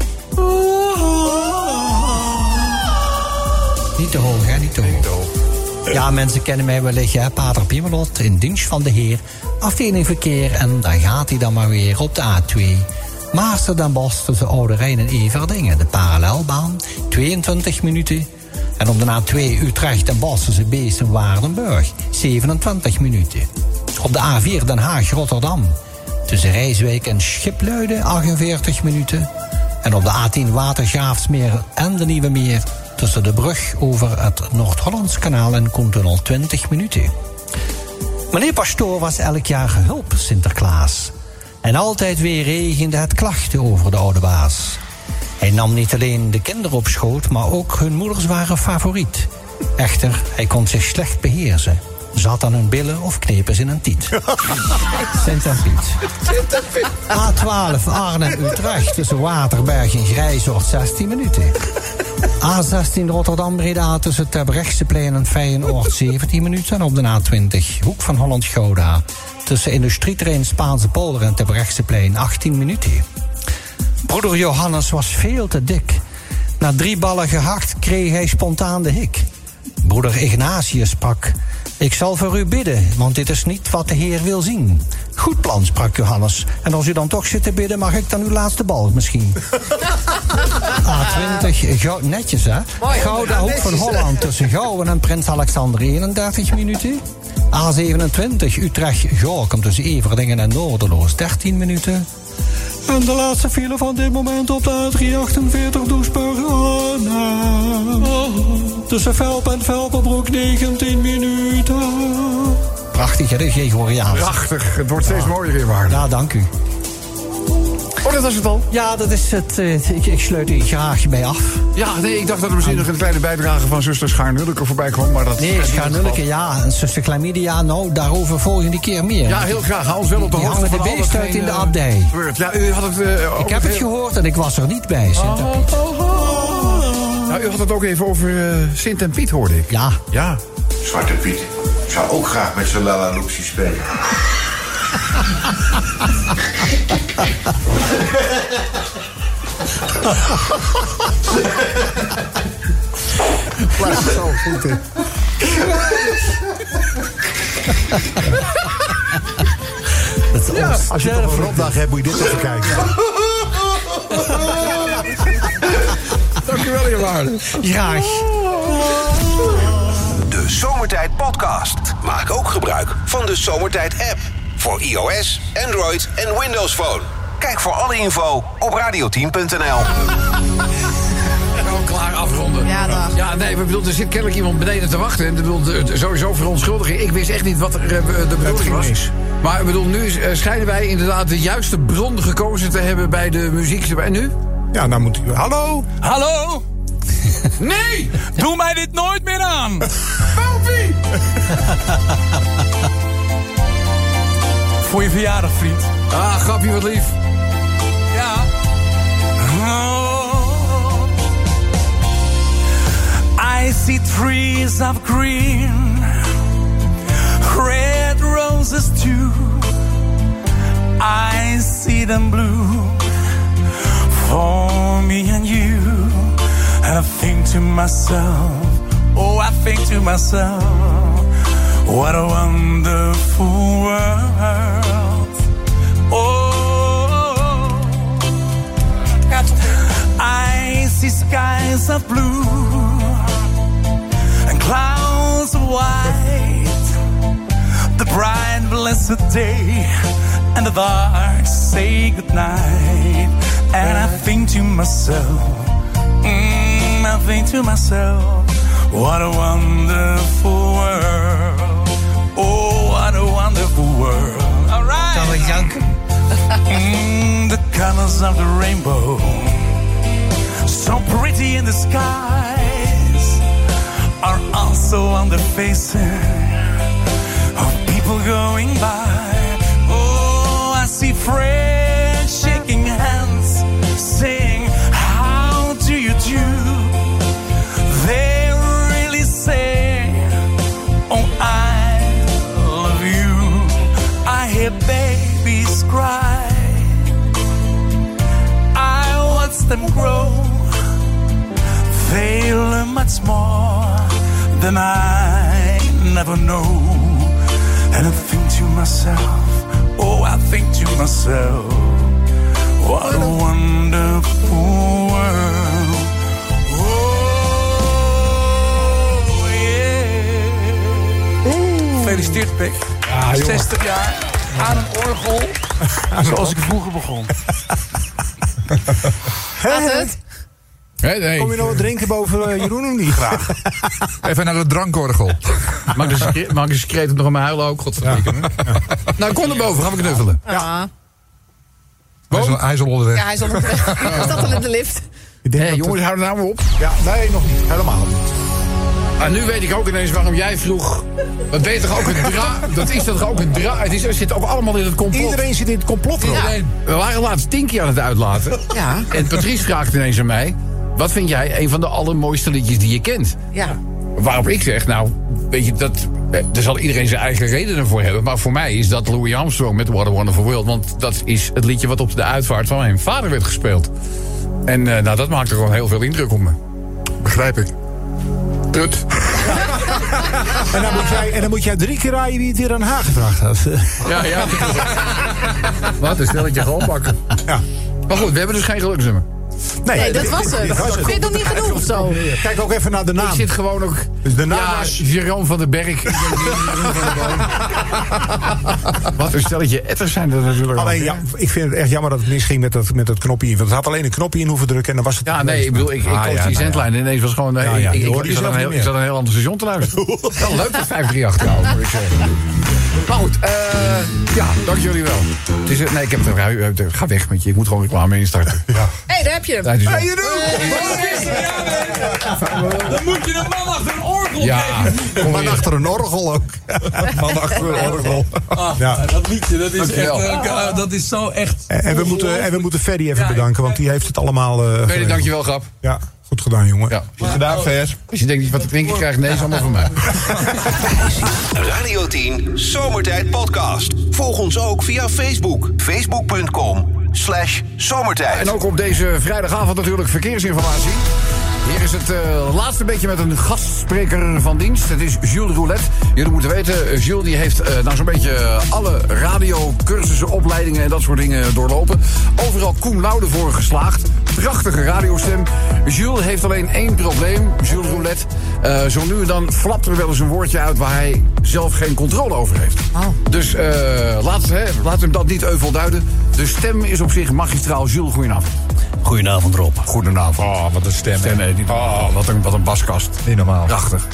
Niet te hoog, hè? Niet te hoog. Ja, mensen kennen mij wellicht, hè? Pater Piemelot, in dienst van de Heer. Afdeling verkeer, en daar gaat hij dan maar weer op de A twee. Maarsen Den Bosch tussen Oude Rijn en Everdingen. De parallelbaan, tweeëntwintig minuten. En op de A twee Utrecht en Bosch tussen Beest en Waardenburg, zevenentwintig minuten. Op de A vier Den Haag-Rotterdam tussen Rijswijk en Schipluiden, achtenveertig minuten. En op de A tien Watergraafsmeer en de Nieuwe Meer tussen de brug over het Noord-Hollands kanaal en Koentunnel, twintig minuten. Meneer Pastoor was elk jaar gehulp Sinterklaas. En altijd weer regende het klachten over de oude baas. Hij nam niet alleen de kinderen op schoot, maar ook hun moeders waren favoriet. Echter, hij kon zich slecht beheersen. Zat aan hun billen of knepen ze in een tiet. Sint en Piet. A twaalf Arnhem-Utrecht tussen Waterberg en Grijzoord, zestien minuten. A zestien Rotterdam-Breda tussen Terbrechtseplein en Feyenoord, zeventien minuten. En op de A twintig Hoek van Holland-Gouda tussen Industrieterrein Spaanse Polder en Terbrechtseplein, achttien minuten. Broeder Johannes was veel te dik. Na drie ballen gehakt kreeg hij spontaan de hik. Broeder Ignatius sprak: ik zal voor u bidden, want dit is niet wat de Heer wil zien. Goed plan, sprak Johannes. En als u dan toch zit te bidden, mag ik dan uw laatste bal misschien. A twintig, Gou- netjes hè. Gouda Hoek van Holland tussen Gouwen en Prins Alexander, eenendertig minuten. A zevenentwintig, Utrecht-Gorkum tussen Everdingen en Noorderloos, dertien minuten. En de laatste file van dit moment op de A driehonderdachtenveertig Doesburg. Oh, nou. Tussen Velp en Velperbroek, negentien minuten. Prachtig, hè, de Gregoriaanse. Prachtig, het wordt steeds mooier in waarde. Ja, dank u. Oh, dat was het al? Ja, dat is het. Uh, ik, ik sluit u graag bij af. Ja, nee, ik dacht dat er misschien nog een kleine bijdrage van zuster Schaarnulleke voorbij kwam, maar dat... Nee, Schaarnulleke, ja. En zuster Chlamydia, nou, daarover volgende keer meer. Ja, heel graag. Hou ons wel op de hoogte van de beest uit in de abdij. Ja, u had het... Uh, ik heb het heel... gehoord en ik was er niet bij, Sint en Piet. Oh, oh, oh. Nou, u had het ook even over uh, Sint en Piet, hoorde ik. Ja. Ja. Zwarte Piet zou ook graag met zijn Lala Luxie spelen. Blijft zo goed, hè. Ja, als je toch een rotdag hebt, moet je dit even kijken. Dank u wel, heer Waarde. Graag. De Zomertijd Podcast. Maak ook gebruik van de Zomertijd app. Voor iOS, Android en Windows Phone. Kijk voor alle info op radiotien punt n l. Nou, klaar, afronden. Ja, dag. Ja, nee, we bedoel, er zit kennelijk iemand beneden te wachten. En bedoel, sowieso verontschuldiging. Ik wist echt niet wat er, de bedoeling was. Mis. Maar ik bedoel, nu schijnen wij inderdaad de juiste bron gekozen te hebben bij de muziek. En nu? Ja, dan moet u... Hallo? Hallo? Nee! Doe mij dit nooit meer aan! Paupie! Voor je verjaardag, vriend. Ah, grapje, wat lief. Ja. Oh. I see trees of green, red roses too. I see them blue for me and you. And I think to myself, oh, I think to myself, what a wonderful world. Oh, I see skies of blue and clouds of white, the bright blessed day and the dark say goodnight. And I think to myself, mm, I think to myself, what a wonderful world. Oh, what a wonderful world. All right. Kan ik danken? Mm, the colors of the rainbow, so pretty in the skies, are also on the faces of people going by. Oh, I see friends shaking hands, saying, how do you do? it's more than I never know. And I think to myself, oh, I think to myself, what a wonderful world. Oh, yeah. Gefeliciteerd, Pik. Ja, zestig jaar aan een orgel, zoals ik vroeger begon. Gaat het? Nee, nee. Kom je nog wat drinken boven uh, Jeroen of niet? Graag. Even naar de drankorgel. Mag ik een mag ik een secreet nog aan mijn huilen ook? Godverdikke. Ja. Nou, kom naar boven. Gaan we knuffelen. Ja. Hij is, al, hij is al onderweg. Ja, hij is al onderweg. Hij staat al in de lift. Hé, hey, jongens, hou er nou maar op. Ja, nee, nog niet. Helemaal niet. En nu weet ik ook ineens waarom jij vroeg. Dat weet toch ook een dra... Dat is toch ook een dra... Het, is, het zit ook allemaal in het complot. Iedereen zit in het complot. Iedereen. We waren laatst Tinky aan het uitlaten. Ja. En Patrice vraagt ineens aan mij... Wat vind jij een van de allermooiste liedjes die je kent? Ja. Waarop ik zeg, nou, weet je, dat, daar zal iedereen zijn eigen redenen voor hebben. Maar voor mij is dat Louis Armstrong met What a Wonderful World. Want dat is het liedje wat op de uitvaart van mijn vader werd gespeeld. En uh, nou, dat maakte gewoon heel veel indruk op me. Begrijp ik. Trut. En dan, moet jij, en dan moet jij drie keer raaien wie het weer aan haar gevraagd had. Ja, ja. Wat, een stelletje gewoon bakken. Ja. Maar goed, we hebben dus geen geluksnummer. Nee, nee, dat was het. Vind je dat niet genoeg of zo? Kijk ook even naar de naam. Ik zit gewoon ook... Dus de naam ja, was... Jerome van den Berg. Wat een stelletje etters zijn er natuurlijk. Alleen, ja, ik vind het echt jammer dat het misging met dat, met dat knopje in. Want het had alleen een knopje in hoeven drukken en dan was het... Ja, nee, ik bedoel, ik, ik ah, koos ja, die nou, zendlijn. En ineens was gewoon... Ja, ja, ik, ik, ik, ik, zat een heel, ik zat een heel ander station te luisteren. Wel leuk dat vijf drie acht trouwens, moet ik zeggen. Maar goed, uh, ja, dank jullie wel. Het is, nee, ik heb het... Uh, ga weg met je, ik moet gewoon reclame instarten. Hé, hey, daar heb je hem. Hey, Dan moet je een man achter een orgel ja, geven. Man achter een orgel ook. Man achter een orgel. Ah, ja. Dat liedje, dat is, echt, uh, dat is zo echt... En we moeten, en we moeten Ferdy even bedanken, want die heeft het allemaal... Uh, Ferdy, dankjewel, grap. Ja, goed gedaan, jongen. Ja. Goed gedaan, Vers. Als je denkt dat je wat te drinken krijgt, nee, is allemaal van mij. Radio tien Zomertijd Podcast. Volg ons ook via Facebook. Facebook punt com slash zomertijd. En ook op deze vrijdagavond natuurlijk verkeersinformatie. Hier is het uh, laatste beetje met een gastspreker van dienst. Het is Jules Roulette. Jullie moeten weten, Jules die heeft uh, nou zo'n beetje alle radiocursussen, opleidingen en dat soort dingen doorlopen. Overal cum laude voor geslaagd. Prachtige radiostem. Jules heeft alleen één probleem, Jules Roulette. Uh, zo nu en dan flapt er wel eens een woordje uit waar hij zelf geen controle over heeft. Oh. Dus uh, laat, hè, laat hem dat niet euvel duiden. De stem is op zich magistraal. Jules, goedenavond. Goedenavond, Rob. Goedenavond. Oh, wat een stem. stem nee, niet oh, wat, een, wat een baskast. Niet normaal. Prachtig.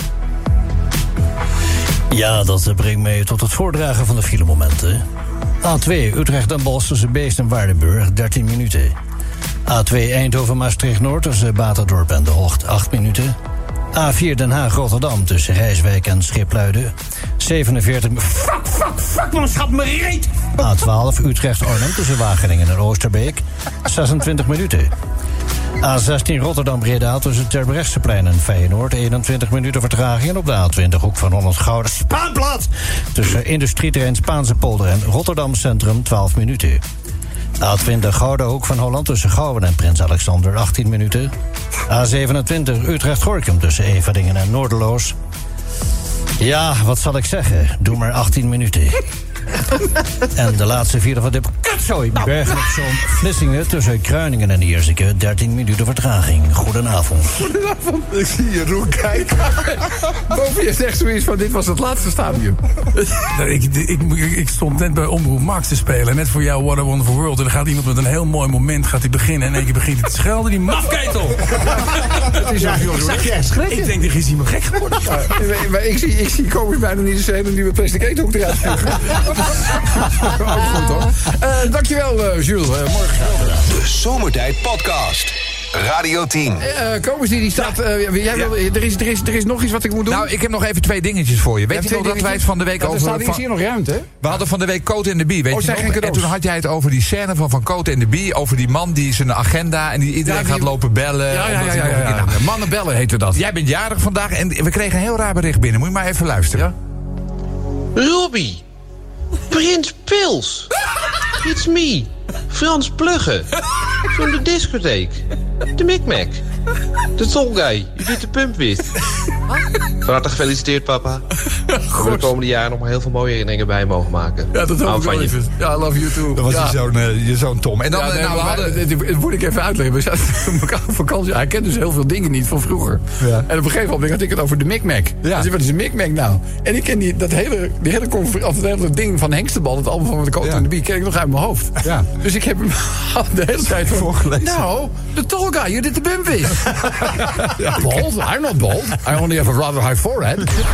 Ja, dat brengt mij tot het voordragen van de filemomenten. A twee Utrecht-Den Bosch tussen Beest en Waardenburg, dertien minuten. A twee Eindhoven-Maastricht-Noord tussen Baterdorp en De Hocht, acht minuten. A vier Den Haag-Rotterdam tussen Rijswijk en Schipluiden, zevenenveertig... Fuck, fuck, fuck, man, schat me reet! A twaalf Utrecht-Arnhem tussen Wageningen en Oosterbeek, zesentwintig minuten. A zestien Rotterdam-Breda tussen Terbrechtseplein en Feyenoord, eenentwintig minuten vertraging. En op de A twintig Hoek van Holland Gouden Spaanplaats tussen Industrieterrein Spaanse Polder en Rotterdam Centrum, twaalf minuten. A twintig Gouden Hoek van Holland tussen Gouwen en Prins Alexander, achttien minuten. A zevenentwintig Utrecht-Gorkum tussen Everdingen en Noorderloos. Ja, wat zal ik zeggen? Doe maar achttien minuten. En de laatste vierde van dit... Kutzooi! Bergen op Zoom, Vlissingen tussen Kruiningen en Ierseke, dertien minuten vertraging. Goedenavond. Goedenavond. Ik zie je Roel kijken. Boven je zegt zoiets van, dit was het laatste stadium. ik, ik, ik, ik stond net bij Omroep Max te spelen. Net voor jou What a Wonderful World. En dan gaat iemand met een heel mooi moment gaat hij beginnen. En in één keer begint hij te schelden. Die mafketel! Het is eigenlijk Zeg je echt schrikken? Ik denk, er is iemand gek geworden. Ja, maar ik zie, ik zie Kobus bijna niet eens een hele nieuwe plastic eten ook eruit vliegen. Ook goed hoor. Uh, dankjewel uh, Jules. Uh, morgen. De Zomertijd Podcast. Radio tien. Uh, Kobus die, die staat... Uh, jij wil, er, is, er, is, er is nog iets wat ik moet doen. Nou, ik heb nog even twee dingetjes voor je. Weet je nog dat wij het van de week over... Er staat iets hier nog ruimte, hè? We hadden van de week Cote en de Bie, weet oh, je nog? Geen cadeaus. En toen had jij het over die scène van, van Cote en de Bie. Over die man die zijn agenda en die iedereen ja, die... gaat lopen bellen. Ja, ja, ja. ja, ja, ja. Nou, mannen bellen heette dat. Jij bent jarig vandaag en we kregen een heel raar bericht binnen. Moet je maar even luisteren. Ja? Robbie. Prins Pils. It's me. Frans Plugge. Van de discotheek. De Micmac. De Tolguy, je doet de pumpwit. Van harte gefeliciteerd, papa. We hebben de komende jaren nog maar heel veel mooie herinneringen bij je mogen maken. Ja, dat hoop ik wel even. Ja, I love you too. Dat was ja. je, zoon, uh, je zoon Tom. En dan, ja, nee, nou, we hadden... dit, dit moet ik even uitleggen. We zaten met elkaar op vakantie. Hij kent dus heel veel dingen niet van vroeger. Ja. En op een gegeven moment had ik het over de Micmac. Ja. Hij zei, wat is een Micmac nou? En ik ken die, dat hele, die hele, of dat hele ding van Hengstenbal, het album van de Coat en de Bie, ken ik nog uit mijn hoofd. Ja. Dus ik heb hem de hele tijd voorgelezen. Nou, de tall guy, you did the bumpy. Ja, bold? I'm not bold. I only have a rather high forehead.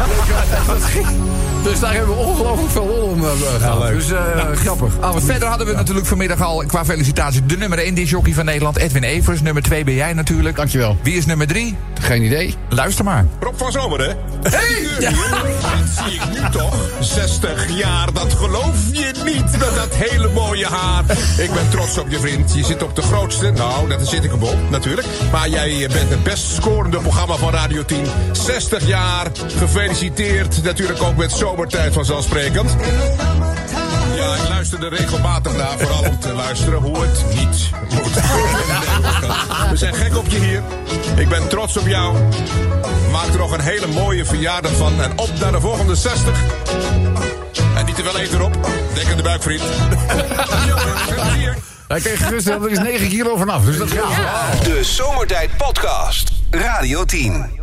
Dus daar hebben we ongelooflijk veel lol om uh, gehad. Ja, dus uh, nou, grappig. Ah, verder hadden we ja. natuurlijk vanmiddag al qua felicitatie de nummer één discjockey van Nederland, Edwin Evers. Nummer twee ben jij natuurlijk. Dankjewel. Wie is nummer drie? Geen idee. Luister maar. Rob van Zomeren. Hey! Ja. Dat zie ik nu toch. zestig jaar, dat geloof je niet. Met dat hele mooie haar. Ik ben trots op je vriend. Je zit op de grootste. Nou, daar zit ik hem op, natuurlijk. Maar jij bent het best scorende programma van Radio tien. zestig jaar. Gefeliciteerd. Natuurlijk ook met Zomertijd vanzelfsprekend. Ja, ik luisterde regelmatig naar, vooral om te luisteren hoe het niet moet. We zijn gek op je hier. Ik ben trots op jou. Maak er nog een hele mooie verjaardag van. En op naar de volgende zestig. En niet te veel eten erop. Denk aan de buik, vriend. Hij kreeg gerust, er is negen kilo vanaf. Dus dat is ja. De Zomertijd Podcast. Radio tien.